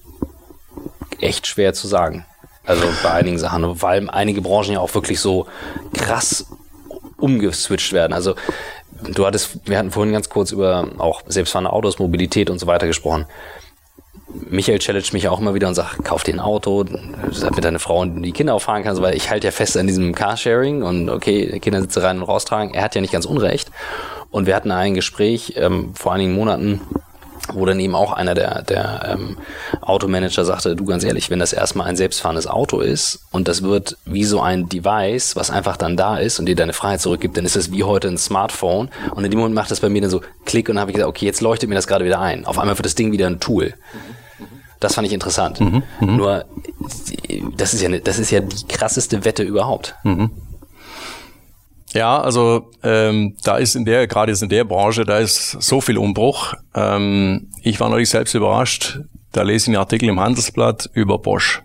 echt schwer zu sagen. Also bei einigen Sachen, weil einige Branchen ja auch wirklich so krass umgeswitcht werden. Also du hattest, wir hatten vorhin ganz kurz über auch selbstfahrende Autos, Mobilität und so weiter gesprochen. Michael challenge mich auch immer wieder und sagt, kauf dir ein Auto, sag mir deine Frau und die Kinder auch fahren kannst, weil ich halte ja fest an diesem Carsharing und okay, Kindersitze rein und raustragen. Er hat ja nicht ganz unrecht. Und wir hatten ein Gespräch ähm, vor einigen Monaten, wo dann eben auch einer der, der ähm, Automanager sagte, du ganz ehrlich, wenn das erstmal ein selbstfahrendes Auto ist und das wird wie so ein Device, was einfach dann da ist und dir deine Freiheit zurückgibt, dann ist das wie heute ein Smartphone und in dem Moment macht das bei mir dann so Klick und dann habe ich gesagt, okay, jetzt leuchtet mir das gerade wieder ein. Auf einmal wird das Ding wieder ein Tool. Das fand ich interessant. Mhm, Nur, das ist ja, das ist ja die krasseste Wette überhaupt. Mhm. Ja, also ähm, da ist in der, gerade jetzt in der Branche, da ist so viel Umbruch. Ähm, ich war neulich selbst überrascht, da lese ich einen Artikel im Handelsblatt über Bosch.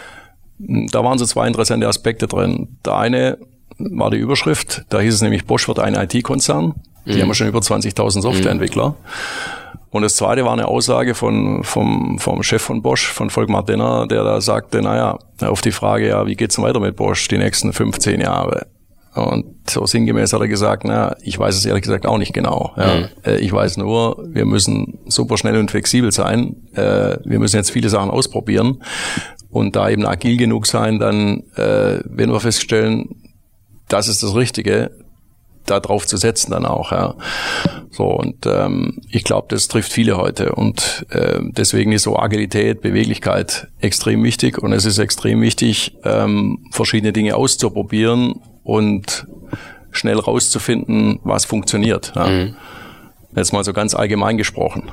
Da waren so zwei interessante Aspekte drin. Der eine war die Überschrift, da hieß es nämlich, Bosch wird ein I T-Konzern. Die mhm. haben ja schon über zwanzigtausend Softwareentwickler. Mhm. Und das zweite war eine Aussage von, vom, vom Chef von Bosch, von Volkmar Denner, der da sagte, naja, auf die Frage, ja, wie geht's denn weiter mit Bosch die nächsten fünfzehn Jahre? Und so sinngemäß hat er gesagt, na, ich weiß es ehrlich gesagt auch nicht genau. Ja. Mhm. Ich weiß nur, wir müssen super schnell und flexibel sein. Wir müssen jetzt viele Sachen ausprobieren und da eben agil genug sein, dann, wenn wir feststellen, das ist das Richtige, da drauf zu setzen dann auch. Ja. So, und ähm, ich glaube, das trifft viele heute und äh, deswegen ist so Agilität, Beweglichkeit extrem wichtig und es ist extrem wichtig, ähm, verschiedene Dinge auszuprobieren und schnell rauszufinden, was funktioniert. Ja. Mhm. Jetzt mal so ganz allgemein gesprochen.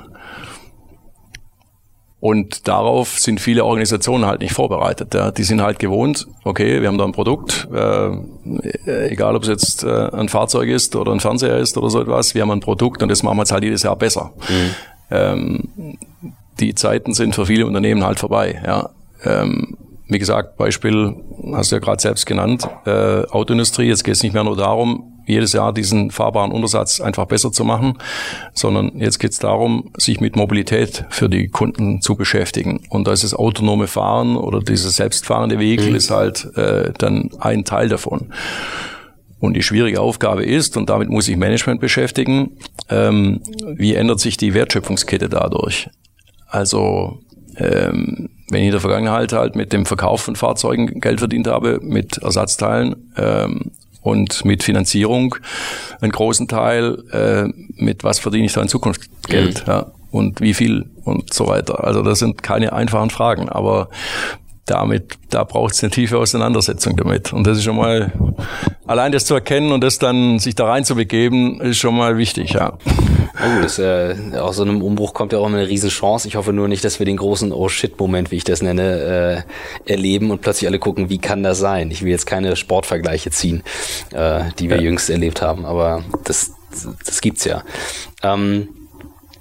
Und darauf sind viele Organisationen halt nicht vorbereitet. Ja. Die sind halt gewohnt, okay, wir haben da ein Produkt, äh, egal ob es jetzt äh, ein Fahrzeug ist oder ein Fernseher ist oder so etwas, wir haben ein Produkt und das machen wir jetzt halt jedes Jahr besser. Mhm. Ähm, die Zeiten sind für viele Unternehmen halt vorbei. Ja. Ähm, wie gesagt, Beispiel, hast du ja gerade selbst genannt, äh, Autoindustrie, jetzt geht es nicht mehr nur darum, jedes Jahr diesen fahrbaren Untersatz einfach besser zu machen, sondern jetzt geht es darum, sich mit Mobilität für die Kunden zu beschäftigen. Und da ist das autonome Fahren oder dieses selbstfahrende Vehikel mhm. ist halt äh, dann ein Teil davon. Und die schwierige Aufgabe ist, und damit muss sich Management beschäftigen, ähm, wie ändert sich die Wertschöpfungskette dadurch? Also ähm, wenn ich in der Vergangenheit halt mit dem Verkauf von Fahrzeugen Geld verdient habe, mit Ersatzteilen ähm, und mit Finanzierung einen großen Teil, äh, mit was verdiene ich da in Zukunft Geld, mhm. ja, und wie viel und so weiter. Also das sind keine einfachen Fragen, aber damit, da braucht es eine tiefe Auseinandersetzung damit. Und das ist schon mal, allein das zu erkennen und das dann sich da rein zu begeben, ist schon mal wichtig, ja. Oh, das, äh, aus so einem Umbruch kommt ja auch immer eine Riesenchance. Ich hoffe nur nicht, dass wir den großen Oh-Shit-Moment, wie ich das nenne, äh, erleben und plötzlich alle gucken, wie kann das sein? Ich will jetzt keine Sportvergleiche ziehen, äh, die wir ja. jüngst erlebt haben, aber das, das gibt's ja. Ähm,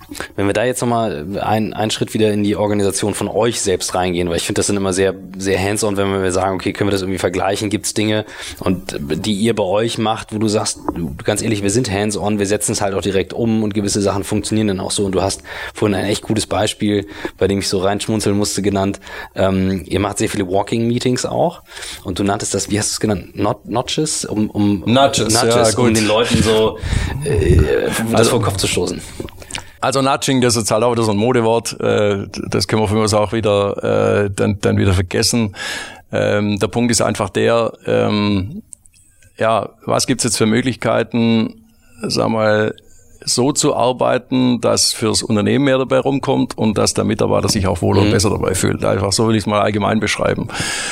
Wenn wir da jetzt nochmal einen, einen Schritt wieder in die Organisation von euch selbst reingehen, weil ich finde, das sind immer sehr, sehr hands-on, wenn wir sagen, okay, können wir das irgendwie vergleichen, gibt's Dinge, und die ihr bei euch macht, wo du sagst, du, ganz ehrlich, wir sind hands-on, wir setzen es halt auch direkt um und gewisse Sachen funktionieren dann auch so, und du hast vorhin ein echt gutes Beispiel, bei dem ich so reinschmunzeln musste, genannt, ähm, ihr macht sehr viele Walking-Meetings auch, und du nanntest das, wie hast du es genannt, Not, Notches, um, um Nudges, Nudges ja, um den Leuten so äh, das also, vor den Kopf zu stoßen. Also Nudging, das ist jetzt halt auch wieder so ein Modewort, das können wir für uns auch wieder äh, dann, dann wieder vergessen. Ähm, der Punkt ist einfach der, ähm, ja, was gibt's jetzt für Möglichkeiten, sag mal, so zu arbeiten, dass fürs Unternehmen mehr dabei rumkommt und dass der Mitarbeiter sich auch wohler mhm. und besser dabei fühlt. Einfach so will ich es mal allgemein beschreiben.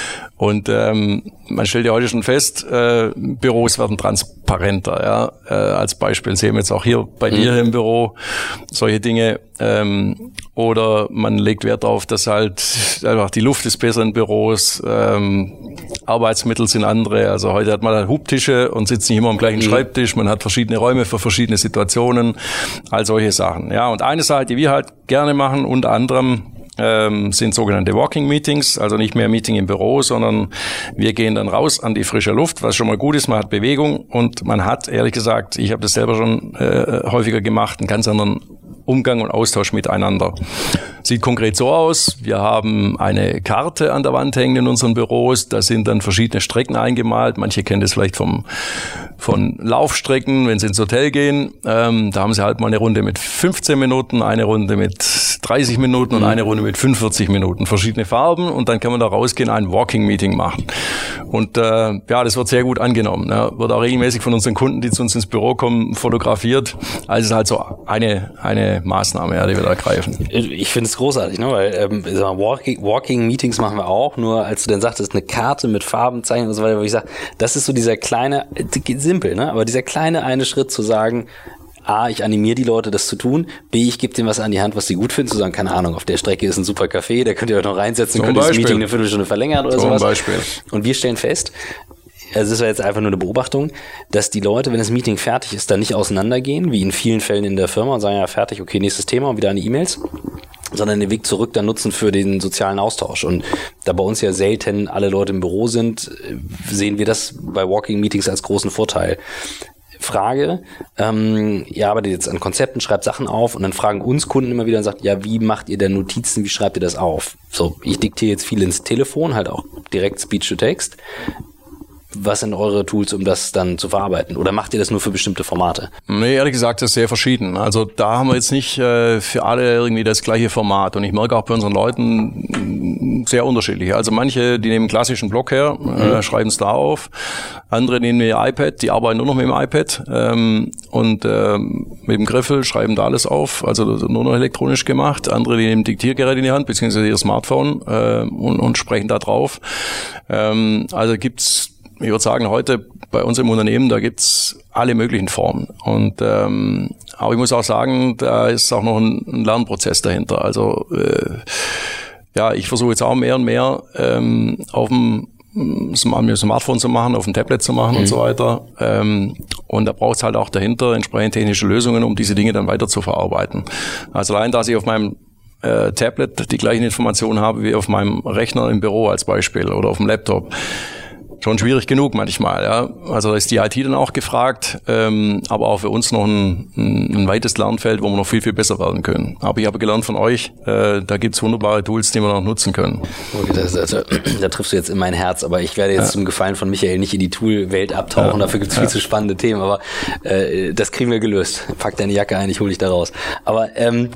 Und ähm, man stellt ja heute schon fest, äh, Büros werden transparenter. Ja, äh, als Beispiel sehen wir jetzt auch hier bei mhm. dir im Büro solche Dinge. Ähm, oder man legt Wert darauf, dass halt einfach die Luft ist besser in Büros, ähm, Arbeitsmittel sind andere. Also heute hat man halt Hubtische und sitzt nicht immer am gleichen mhm. Schreibtisch. Man hat verschiedene Räume für verschiedene Situationen, all solche Sachen. Ja, und eine Sache, die wir halt gerne machen, unter anderem, Ähm, sind sogenannte Walking Meetings, also nicht mehr Meeting im Büro, sondern wir gehen dann raus an die frische Luft, was schon mal gut ist, man hat Bewegung und man hat, ehrlich gesagt, ich habe das selber schon äh, häufiger gemacht, einen ganz anderen Umgang und Austausch miteinander. Sieht konkret so aus, wir haben eine Karte an der Wand hängen in unseren Büros, da sind dann verschiedene Strecken eingemalt, manche kennen das vielleicht vom von Laufstrecken, wenn sie ins Hotel gehen, ähm, da haben sie halt mal eine Runde mit fünfzehn Minuten, eine Runde mit dreißig Minuten und eine Runde mit fünfundvierzig Minuten, verschiedene Farben, und dann kann man da rausgehen, ein Walking-Meeting machen. Und äh, ja, das wird sehr gut angenommen. Ja. Wird auch regelmäßig von unseren Kunden, die zu uns ins Büro kommen, fotografiert. Also es ist halt so eine eine Maßnahme, ja, die wir da ergreifen. Ich finde es großartig, ne? Weil ähm, Walking, Walking Meetings machen wir auch, nur als du dann sagtest, eine Karte mit Farbenzeichen und so weiter, wo ich sage, das ist so dieser kleine, simpel, ne? Aber dieser kleine eine Schritt zu sagen, A, ich animiere die Leute, das zu tun. B, ich gebe denen was an die Hand, was sie gut finden, zu sagen, keine Ahnung, auf der Strecke ist ein super Café, da könnt ihr euch noch reinsetzen, könnt ihr das Meeting eine Viertelstunde verlängern oder Zum sowas. Beispiel. Und wir stellen fest, also das war jetzt einfach nur eine Beobachtung, dass die Leute, wenn das Meeting fertig ist, dann nicht auseinandergehen, wie in vielen Fällen in der Firma, und sagen, ja, fertig, okay, nächstes Thema und wieder an die E-Mails, sondern den Weg zurück dann nutzen für den sozialen Austausch. Und da bei uns ja selten alle Leute im Büro sind, sehen wir das bei Walking Meetings als großen Vorteil. Frage, ähm, ihr arbeitet jetzt an Konzepten, schreibt Sachen auf, und dann fragen uns Kunden immer wieder und sagt, ja, wie macht ihr denn Notizen, wie schreibt ihr das auf? So, ich diktiere jetzt viel ins Telefon, halt auch direkt Speech to Text. Was sind eure Tools, um das dann zu verarbeiten? Oder macht ihr das nur für bestimmte Formate? Nee, ehrlich gesagt, das ist sehr verschieden. Also da haben wir jetzt nicht äh, für alle irgendwie das gleiche Format. Und ich merke auch bei unseren Leuten sehr unterschiedlich. Also manche, die nehmen einen klassischen Block her, mhm. äh, schreiben es da auf. Andere nehmen ihr iPad, die arbeiten nur noch mit dem iPad ähm, und äh, mit dem Griffel schreiben da alles auf. Also nur noch elektronisch gemacht. Andere, die nehmen ein Diktiergerät in die Hand, beziehungsweise ihr Smartphone äh, und, und sprechen da drauf. Ähm, also gibt's, ich würde sagen, heute bei uns im Unternehmen, da gibt's alle möglichen Formen. Und ähm, aber ich muss auch sagen, da ist auch noch ein, ein Lernprozess dahinter. Also äh, ja, ich versuche jetzt auch mehr und mehr ähm, auf dem Smartphone zu machen, auf dem Tablet zu machen mhm. und so weiter. Ähm, und da braucht es halt auch dahinter entsprechend technische Lösungen, um diese Dinge dann weiter zu verarbeiten. Also allein, dass ich auf meinem äh, Tablet die gleichen Informationen habe wie auf meinem Rechner im Büro als Beispiel oder auf dem Laptop. Schon schwierig genug manchmal, ja. Also da ist die I T dann auch gefragt, ähm, aber auch für uns noch ein, ein weites Lernfeld, wo wir noch viel, viel besser werden können. Aber ich habe gelernt von euch, äh, da gibt's wunderbare Tools, die wir noch nutzen können. Okay, das, das, da, da triffst du jetzt in mein Herz, aber ich werde jetzt ja. zum Gefallen von Michael nicht in die Tool-Welt abtauchen, ja. dafür gibt's viel ja. zu spannende Themen, aber äh, das kriegen wir gelöst. Pack deine Jacke ein, ich hole dich da raus. Aber ähm,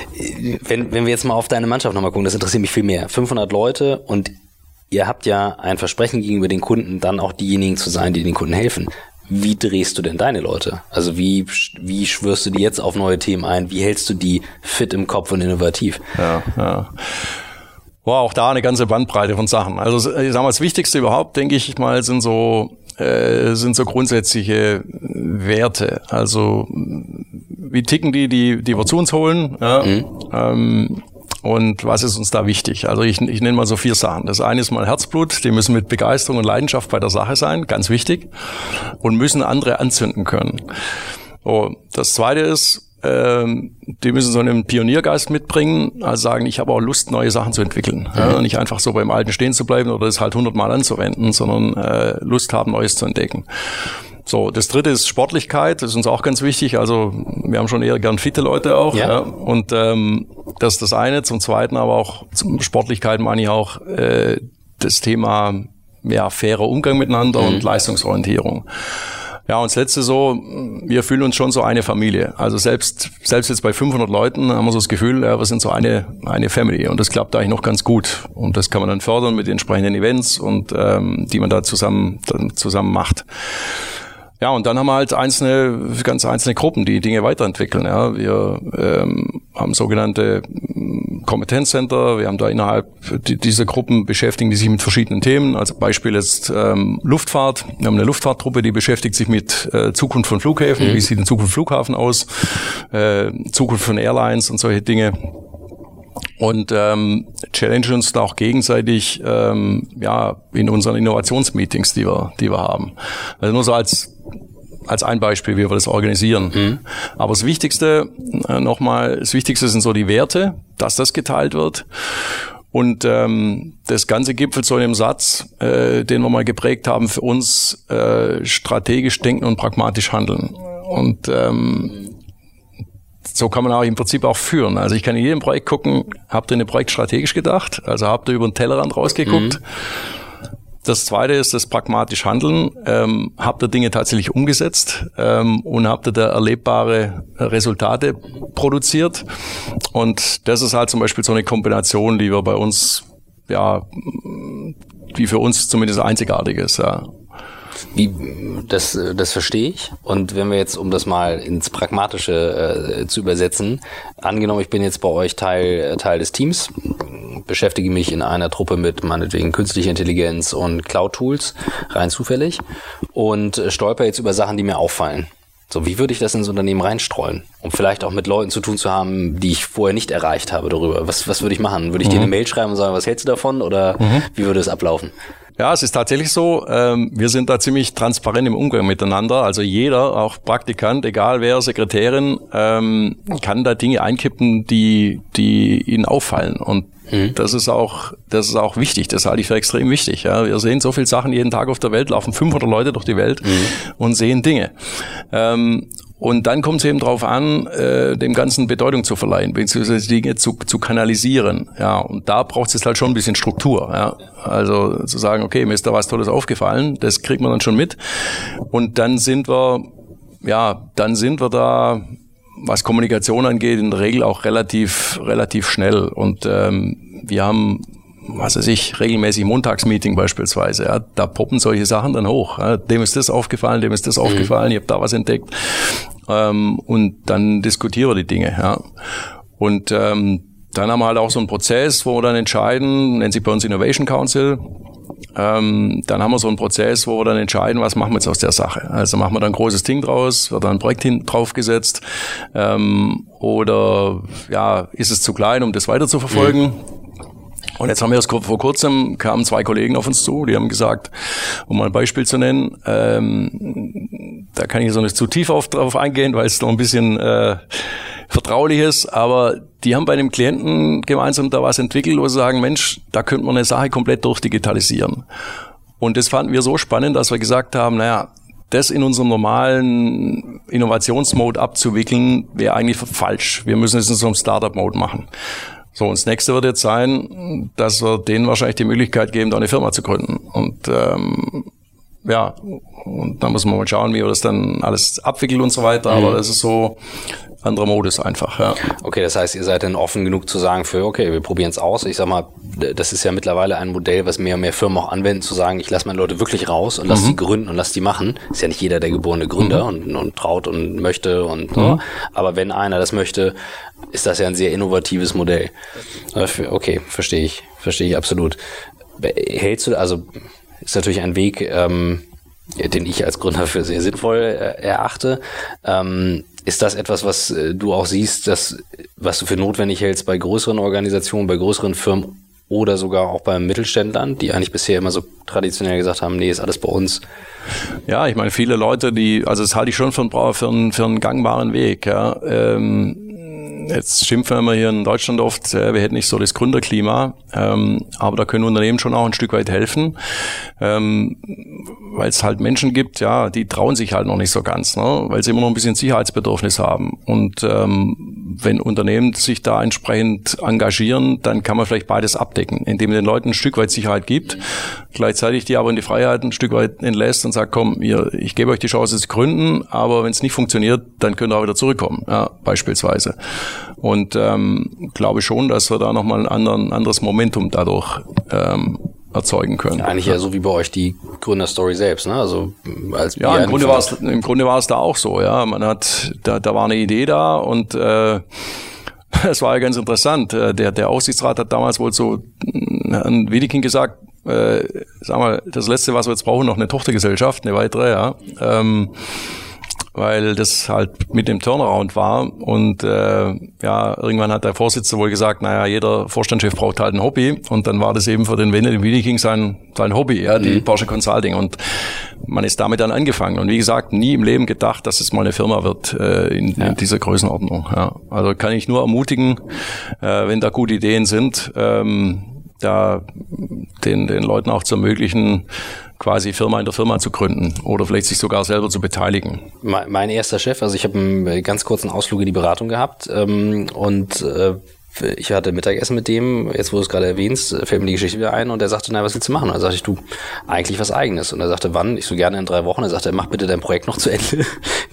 wenn, wenn wir jetzt mal auf deine Mannschaft nochmal gucken, das interessiert mich viel mehr. fünfhundert Leute, und ihr habt ja ein Versprechen gegenüber den Kunden, dann auch diejenigen zu sein, die den Kunden helfen. Wie drehst du denn deine Leute? Also wie, wie schwörst du die jetzt auf neue Themen ein? Wie hältst du die fit im Kopf und innovativ? Ja, ja. Wow, auch da eine ganze Bandbreite von Sachen. Also ich sag mal, das Wichtigste überhaupt, denke ich mal, sind so äh, sind so grundsätzliche Werte. Also wie ticken die, die, die wir zu uns holen? Ja. Mhm. Ähm, Und was ist uns da wichtig? Also ich, ich nenne mal so vier Sachen. Das eine ist mal Herzblut, die müssen mit Begeisterung und Leidenschaft bei der Sache sein, ganz wichtig, und müssen andere anzünden können. So, das zweite ist, ähm, die müssen so einen Pioniergeist mitbringen, also sagen, ich habe auch Lust, neue Sachen zu entwickeln. Mhm. Ja, nicht einfach so beim Alten stehen zu bleiben oder es halt hundertmal anzuwenden, sondern äh, Lust haben, Neues zu entdecken. So, das dritte ist Sportlichkeit, das ist uns auch ganz wichtig. Also wir haben schon eher gern fitte Leute auch. Ja. Ja. Und ähm, das ist das eine. Zum Zweiten aber auch zum Sportlichkeit meine ich auch äh, das Thema ja, fairer Umgang miteinander mhm. und Leistungsorientierung. Ja, und das Letzte so, wir fühlen uns schon so eine Familie. Also selbst selbst jetzt bei fünfhundert Leuten haben wir so das Gefühl, ja, wir sind so eine eine Family und das klappt eigentlich noch ganz gut. Und das kann man dann fördern mit den entsprechenden Events und ähm, die man da zusammen dann zusammen macht. Ja, und dann haben wir halt einzelne, ganz einzelne Gruppen, die Dinge weiterentwickeln. Ja, wir ähm, haben sogenannte Kompetenzcenter. Wir haben da innerhalb dieser Gruppen beschäftigen die sich mit verschiedenen Themen. Also Beispiel ist ähm, Luftfahrt. Wir haben eine Luftfahrttruppe, die beschäftigt sich mit äh, Zukunft von Flughäfen. Mhm. Wie sieht in Zukunft Flughafen aus? Äh, Zukunft von Airlines und solche Dinge. Und ähm, challengen uns da auch gegenseitig ähm, ja in unseren Innovationsmeetings, die wir die wir haben. Also nur so als als ein Beispiel, wie wir das organisieren. Mhm. Aber das Wichtigste äh, nochmal, das Wichtigste sind so die Werte, dass das geteilt wird. Und ähm, das Ganze gipfelt so in dem Satz, äh, den wir mal geprägt haben für uns: äh, strategisch denken und pragmatisch handeln. Und ähm, so kann man auch im Prinzip auch führen. Also ich kann in jedem Projekt gucken, habt ihr in dem Projekt strategisch gedacht? Also habt ihr über den Tellerrand rausgeguckt? Mhm. Das Zweite ist das pragmatisch Handeln. Ähm, habt ihr Dinge tatsächlich umgesetzt ähm, und habt ihr da erlebbare Resultate produziert? Und das ist halt zum Beispiel so eine Kombination, die wir bei uns, ja, die für uns zumindest einzigartig ist, ja. Wie, das, das verstehe ich. Und wenn wir jetzt, um das mal ins Pragmatische äh, zu übersetzen, angenommen, ich bin jetzt bei euch Teil, Teil des Teams, beschäftige mich in einer Truppe mit meinetwegen künstlicher Intelligenz und Cloud-Tools, rein zufällig, und stolper jetzt über Sachen, die mir auffallen. So, wie würde ich das ins Unternehmen reinstreuen? Um vielleicht auch mit Leuten zu tun zu haben, die ich vorher nicht erreicht habe darüber. Was, was würde ich machen? Würde ich mhm. dir eine Mail schreiben und sagen, was hältst du davon? Oder mhm. wie würde es ablaufen? Ja, es ist tatsächlich so, ähm, wir sind da ziemlich transparent im Umgang miteinander. Also jeder, auch Praktikant, egal wer, Sekretärin, ähm, kann da Dinge einkippen, die die ihnen auffallen. Und mhm. das ist auch das ist auch wichtig, das halte ich für extrem wichtig. Ja, wir sehen so viele Sachen jeden Tag auf der Welt, laufen fünfhundert Leute durch die Welt mhm. und sehen Dinge. Ähm, Und dann kommt es eben darauf an, äh, dem Ganzen Bedeutung zu verleihen, beziehungsweise Dinge zu, zu kanalisieren. Ja, und da braucht es halt schon ein bisschen Struktur. Ja, also zu sagen, okay, mir ist da was Tolles aufgefallen, das kriegt man dann schon mit. Und dann sind wir, ja, dann sind wir da, was Kommunikation angeht, in der Regel auch relativ, relativ schnell. Und ähm, wir haben, was weiß ich, regelmäßig Montagsmeeting beispielsweise, ja, da poppen solche Sachen dann hoch. Ja, dem ist das aufgefallen, dem ist das mhm. aufgefallen, ich habe da was entdeckt. Ähm, und dann diskutieren wir die Dinge. Ja. Und ähm, dann haben wir halt auch so einen Prozess, wo wir dann entscheiden, nennt sich bei uns Innovation Council. Ähm, dann haben wir so einen Prozess, wo wir dann entscheiden, was machen wir jetzt aus der Sache. Also machen wir dann ein großes Ding draus, wird dann ein Projekt hin, draufgesetzt, ähm, oder ja, ist es zu klein, um das weiter zu verfolgen. Mhm. Und jetzt haben wir erst vor kurzem, kamen zwei Kollegen auf uns zu, die haben gesagt, um mal ein Beispiel zu nennen, ähm, da kann ich so nicht zu tief auf, drauf eingehen, weil es noch ein bisschen äh, vertraulich ist, aber die haben bei einem Klienten gemeinsam da was entwickelt, wo sie sagen, Mensch, da könnte man eine Sache komplett durchdigitalisieren. Und das fanden wir so spannend, dass wir gesagt haben, naja, das in unserem normalen Innovationsmode abzuwickeln, wäre eigentlich falsch. Wir müssen es in so einem Startup-Mode machen. So, und das nächste wird jetzt sein, dass wir denen wahrscheinlich die Möglichkeit geben, da eine Firma zu gründen. Und ähm, ja, und dann muss man mal schauen, wie wir das dann alles abwickeln und so weiter. Mhm. Aber das ist so anderer Modus einfach, ja. Okay, das heißt, ihr seid dann offen genug zu sagen für, okay, wir probieren es aus. Ich sag mal, das ist ja mittlerweile ein Modell, was mehr und mehr Firmen auch anwenden, zu sagen, ich lasse meine Leute wirklich raus und lasse mhm. die gründen und lasse die machen. Ist ja nicht jeder der geborene Gründer mhm. und, und traut und möchte und mhm. so. Aber wenn einer das möchte, ist das ja ein sehr innovatives Modell. Okay, verstehe ich, verstehe ich absolut. Hältst du, also ist natürlich ein Weg, ähm, den ich als Gründer für sehr sinnvoll äh, erachte. Ähm, ist das etwas, was äh, du auch siehst, dass, was du für notwendig hältst bei größeren Organisationen, bei größeren Firmen, oder sogar auch bei Mittelständlern, die eigentlich bisher immer so traditionell gesagt haben, nee, ist alles bei uns? Ja, ich meine, viele Leute, die, also das halte ich schon für einen, für einen, für einen gangbaren Weg, ja. Ähm, Jetzt schimpfen wir immer hier in Deutschland oft, wir hätten nicht so das Gründerklima, ähm, aber da können Unternehmen schon auch ein Stück weit helfen, ähm, weil es halt Menschen gibt, ja, die trauen sich halt noch nicht so ganz, ne, weil sie immer noch ein bisschen Sicherheitsbedürfnis haben. Und ähm, wenn Unternehmen sich da entsprechend engagieren, dann kann man vielleicht beides abdecken, indem man den Leuten ein Stück weit Sicherheit gibt, gleichzeitig die aber in die Freiheit ein Stück weit entlässt und sagt, komm, ihr, ich gebe euch die Chance, es zu gründen, aber wenn es nicht funktioniert, dann könnt ihr auch wieder zurückkommen, ja, beispielsweise. Und ähm, glaube schon, dass wir da nochmal ein anderen, anderes Momentum dadurch ähm, erzeugen können. Ja, eigentlich ja so wie bei euch die Gründerstory selbst, ne? Also als ja, im Grunde war es im Grunde war es da auch so, ja. Man hat da da war eine Idee da und äh, es war ja ganz interessant. Der der Aufsichtsrat hat damals wohl so an Wiedeking gesagt, äh, sag mal, das Letzte, was wir jetzt brauchen, noch eine Tochtergesellschaft, eine weitere, ja. Ähm, weil das halt mit dem Turnaround war und äh, ja, irgendwann hat der Vorsitzende wohl gesagt, naja, jeder Vorstandschef braucht halt ein Hobby und dann war das eben für den Benedikt Wiedeking sein sein Hobby, ja, die mhm. Porsche Consulting und man ist damit dann angefangen und wie gesagt, nie im Leben gedacht, dass es mal eine Firma wird äh, in, ja. in dieser Größenordnung. Ja. Also kann ich nur ermutigen, äh, wenn da gute Ideen sind, ähm, da den den Leuten auch zu ermöglichen, quasi Firma in der Firma zu gründen oder vielleicht sich sogar selber zu beteiligen. Mein erster Chef, also ich habe einen ganz kurzen Ausflug in die Beratung gehabt ähm, und äh, ich hatte Mittagessen mit dem, jetzt wo du es gerade erwähnst, fällt mir die Geschichte wieder ein und er sagte, na, was willst du machen? Und dann sagte ich, du, eigentlich was Eigenes. Und er sagte, wann? Ich so, gerne in drei Wochen. Er sagte, mach bitte dein Projekt noch zu Ende.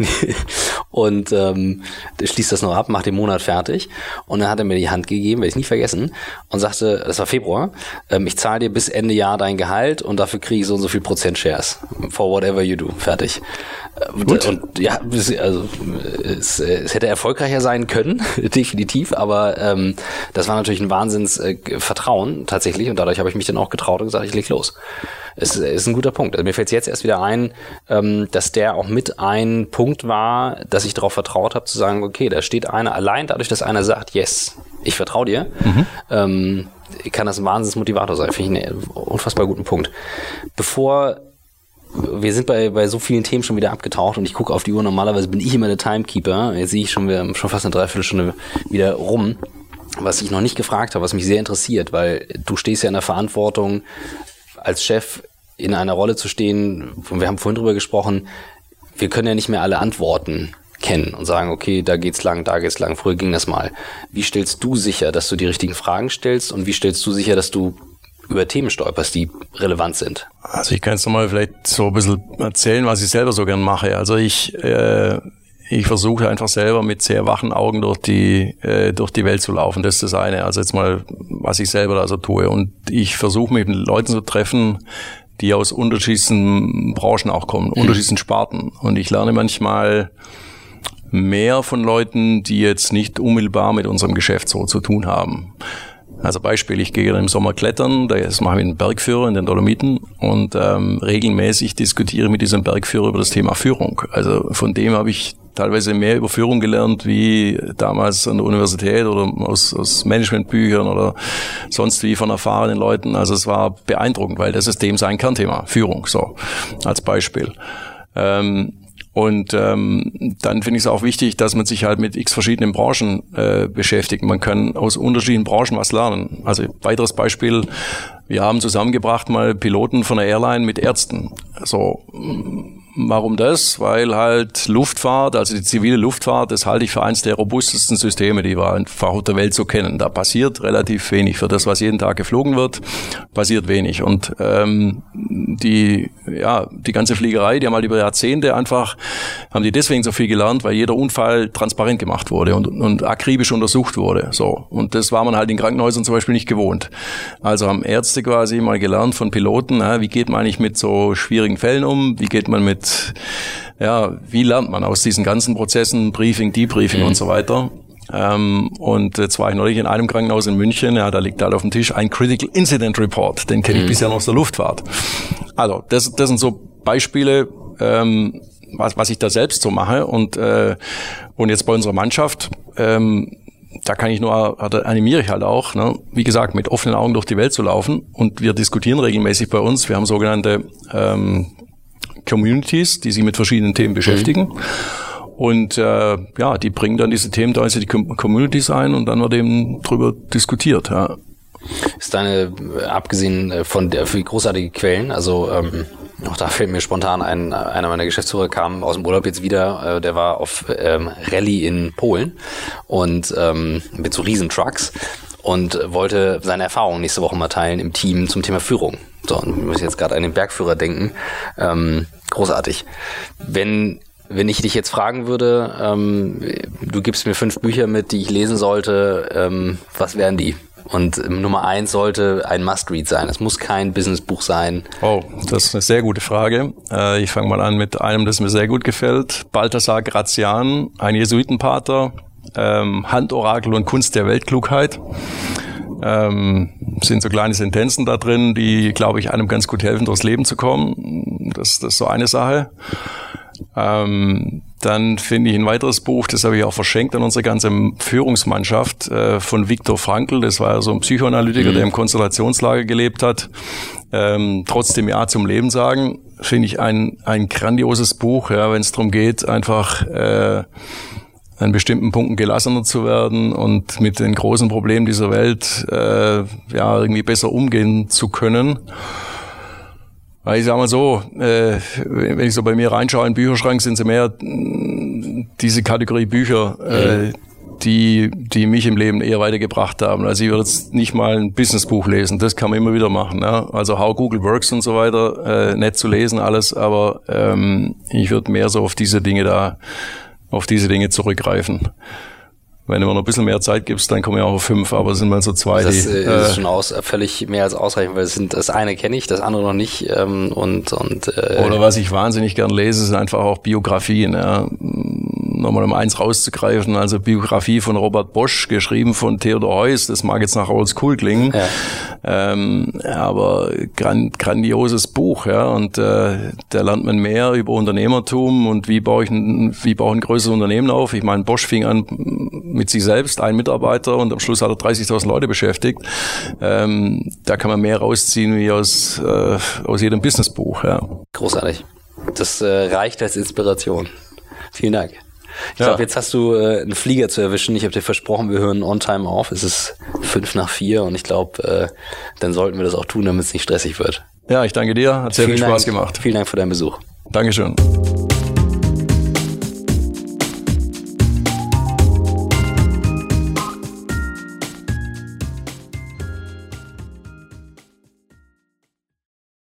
und ähm, schließ das noch ab, mach den Monat fertig. Und dann hat er mir die Hand gegeben, werde ich nie vergessen, und sagte, das war Februar, ähm, ich zahle dir bis Ende Jahr dein Gehalt und dafür kriege ich so und so viel Prozent Shares. For whatever you do. Fertig. Und, und ja, also es, es hätte erfolgreicher sein können, definitiv, aber ähm, das war natürlich ein Wahnsinns äh, Vertrauen tatsächlich und dadurch habe ich mich dann auch getraut und gesagt, ich leg los. Es ist ein guter Punkt. Also mir fällt es jetzt erst wieder ein, ähm, dass der auch mit ein Punkt war, dass ich darauf vertraut habe, zu sagen, okay, da steht einer, allein dadurch, dass einer sagt, yes, ich vertraue dir, mhm. ähm, kann das ein Wahnsinnsmotivator sein. Finde ich einen unfassbar guten Punkt. Bevor wir sind bei bei so vielen Themen schon wieder abgetaucht und ich gucke auf die Uhr. Normalerweise bin ich immer der Timekeeper. Jetzt sehe ich schon, wir haben schon fast eine Dreiviertelstunde wieder rum. Was ich noch nicht gefragt habe, was mich sehr interessiert, weil du stehst ja in der Verantwortung, als Chef in einer Rolle zu stehen. Und wir haben vorhin drüber gesprochen, wir können ja nicht mehr alle Antworten kennen und sagen, okay, da geht's lang, da geht's lang. Früher ging das mal. Wie stellst du sicher, dass du die richtigen Fragen stellst und wie stellst du sicher, dass du über Themen stolperst, die relevant sind? Also ich kann jetzt nochmal vielleicht so ein bisschen erzählen, was ich selber so gern mache. Also ich äh, ich versuche einfach selber mit sehr wachen Augen durch die äh, durch die Welt zu laufen. Das ist das eine. Also jetzt mal, was ich selber da so tue. Und ich versuche mich mit Leuten zu treffen, die aus unterschiedlichen Branchen auch kommen, mhm. unterschiedlichen Sparten. Und ich lerne manchmal mehr von Leuten, die jetzt nicht unmittelbar mit unserem Geschäft so zu tun haben. Also Beispiel, ich gehe im Sommer klettern, das mache ich mit einem Bergführer in den Dolomiten und ähm, regelmäßig diskutiere mit diesem Bergführer über das Thema Führung. Also von dem habe ich teilweise mehr über Führung gelernt wie damals an der Universität oder aus, aus Managementbüchern oder sonst wie von erfahrenen Leuten. Also es war beeindruckend, weil das ist dem sein Kernthema, Führung, so als Beispiel. Ähm, Und ähm, dann finde ich es auch wichtig, dass man sich halt mit x verschiedenen Branchen äh, beschäftigt. Man kann aus unterschiedlichen Branchen was lernen. Also weiteres Beispiel, wir haben zusammengebracht mal Piloten von einer Airline mit Ärzten. So, warum das? Weil halt Luftfahrt, also die zivile Luftfahrt, das halte ich für eines der robustesten Systeme, die wir einfach auf der Welt so kennen. Da passiert relativ wenig. Für das, was jeden Tag geflogen wird, passiert wenig. Und ähm, die, ja, die ganze Fliegerei, die haben halt über Jahrzehnte einfach, haben die deswegen so viel gelernt, weil jeder Unfall transparent gemacht wurde und, und akribisch untersucht wurde. So. Und das war man halt in Krankenhäusern zum Beispiel nicht gewohnt. Also haben Ärzte quasi mal gelernt von Piloten, na, wie geht man eigentlich mit so schwierigen Fällen um, wie geht man mit, ja, wie lernt man aus diesen ganzen Prozessen, Briefing, Debriefing mhm. und so weiter. Ähm, und jetzt war ich neulich in einem Krankenhaus in München, ja, da liegt halt auf dem Tisch ein Critical Incident Report, den kenne ich mhm. bisher noch aus der Luftfahrt. Also, das, das sind so Beispiele, ähm, was, was ich da selbst so mache und, äh, und jetzt bei unserer Mannschaft, ähm, da kann ich nur, da animiere ich halt auch, ne, wie gesagt, mit offenen Augen durch die Welt zu laufen. Und wir diskutieren regelmäßig bei uns. Wir haben sogenannte ähm, Communities, die sich mit verschiedenen Themen beschäftigen. Mhm. Und äh, ja, die bringen dann diese Themen da in die Communities ein und dann wird eben drüber diskutiert. Ja. Ist deine, abgesehen von der für großartige Quellen, also ähm, auch da fällt mir spontan ein, einer meiner Geschäftsführer kam aus dem Urlaub jetzt wieder, äh, der war auf ähm, Rallye in Polen und ähm, mit so riesen Trucks und wollte seine Erfahrungen nächste Woche mal teilen im Team zum Thema Führung. So, und ich muss jetzt gerade an den Bergführer denken. Ähm, großartig. Wenn Wenn ich dich jetzt fragen würde, ähm, du gibst mir fünf Bücher mit, die ich lesen sollte, ähm, was wären die? Und ähm, Nummer eins sollte ein Must-Read sein. Es muss kein Businessbuch sein. Oh, das ist eine sehr gute Frage. Äh, ich fange mal an mit einem, das mir sehr gut gefällt. Balthasar Grazian, ein Jesuitenpater, ähm, Handorakel und Kunst der Weltklugheit. Ähm, sind so kleine Sentenzen da drin, die, glaube ich, einem ganz gut helfen, durchs Leben zu kommen. Das, das ist so eine Sache. Ähm, dann finde ich ein weiteres Buch, das habe ich auch verschenkt an unsere ganze Führungsmannschaft, äh, von Viktor Frankl. Das war ja so ein Psychoanalytiker, mhm. der im Konzentrationslager gelebt hat. Ähm, trotzdem Ja zum Leben sagen, finde ich ein ein grandioses Buch, ja, wenn es darum geht, einfach äh, an bestimmten Punkten gelassener zu werden und mit den großen Problemen dieser Welt äh, ja irgendwie besser umgehen zu können. Ich sag mal so, äh, wenn ich so bei mir reinschaue in den Bücherschrank, sind sie mehr diese Kategorie Bücher, äh, die die mich im Leben eher weitergebracht haben. Also ich würde jetzt nicht mal ein Businessbuch lesen, das kann man immer wieder machen. Ja? Also How Google Works und so weiter, äh, nett zu lesen alles, aber ähm, ich würde mehr so auf diese Dinge da, auf diese Dinge zurückgreifen. Wenn du mir noch ein bisschen mehr Zeit gibst, dann kommen wir auch auf fünf, aber es sind mal so zwei. Das die, äh, äh, ist schon aus, völlig mehr als ausreichend, weil es sind, das eine kenne ich, das andere noch nicht. Ähm, und und äh, Oder was ich wahnsinnig gern lese, sind einfach auch Biografien. Ja. Nochmal um eins rauszugreifen, also Biografie von Robert Bosch, geschrieben von Theodor Heuss, das mag jetzt nach Oldschool klingen, ja. ähm, aber grand, grandioses Buch, ja, und äh, da lernt man mehr über Unternehmertum und wie baue ich ein, wie baue ich ein größeres Unternehmen auf. Ich meine, Bosch fing an mit sich selbst, ein Mitarbeiter, und am Schluss hat er dreißigtausend Leute beschäftigt. Ähm, da kann man mehr rausziehen wie aus, äh, aus jedem Businessbuch. Ja. Großartig. Das äh, reicht als Inspiration. Vielen Dank. Ich ja. glaube, jetzt hast du äh, einen Flieger zu erwischen. Ich habe dir versprochen, wir hören on time auf. Es ist fünf nach vier und ich glaube, äh, dann sollten wir das auch tun, damit es nicht stressig wird. Ja, ich danke dir. Hat sehr Vielen viel Spaß Dank. gemacht. Vielen Dank für deinen Besuch. Dankeschön.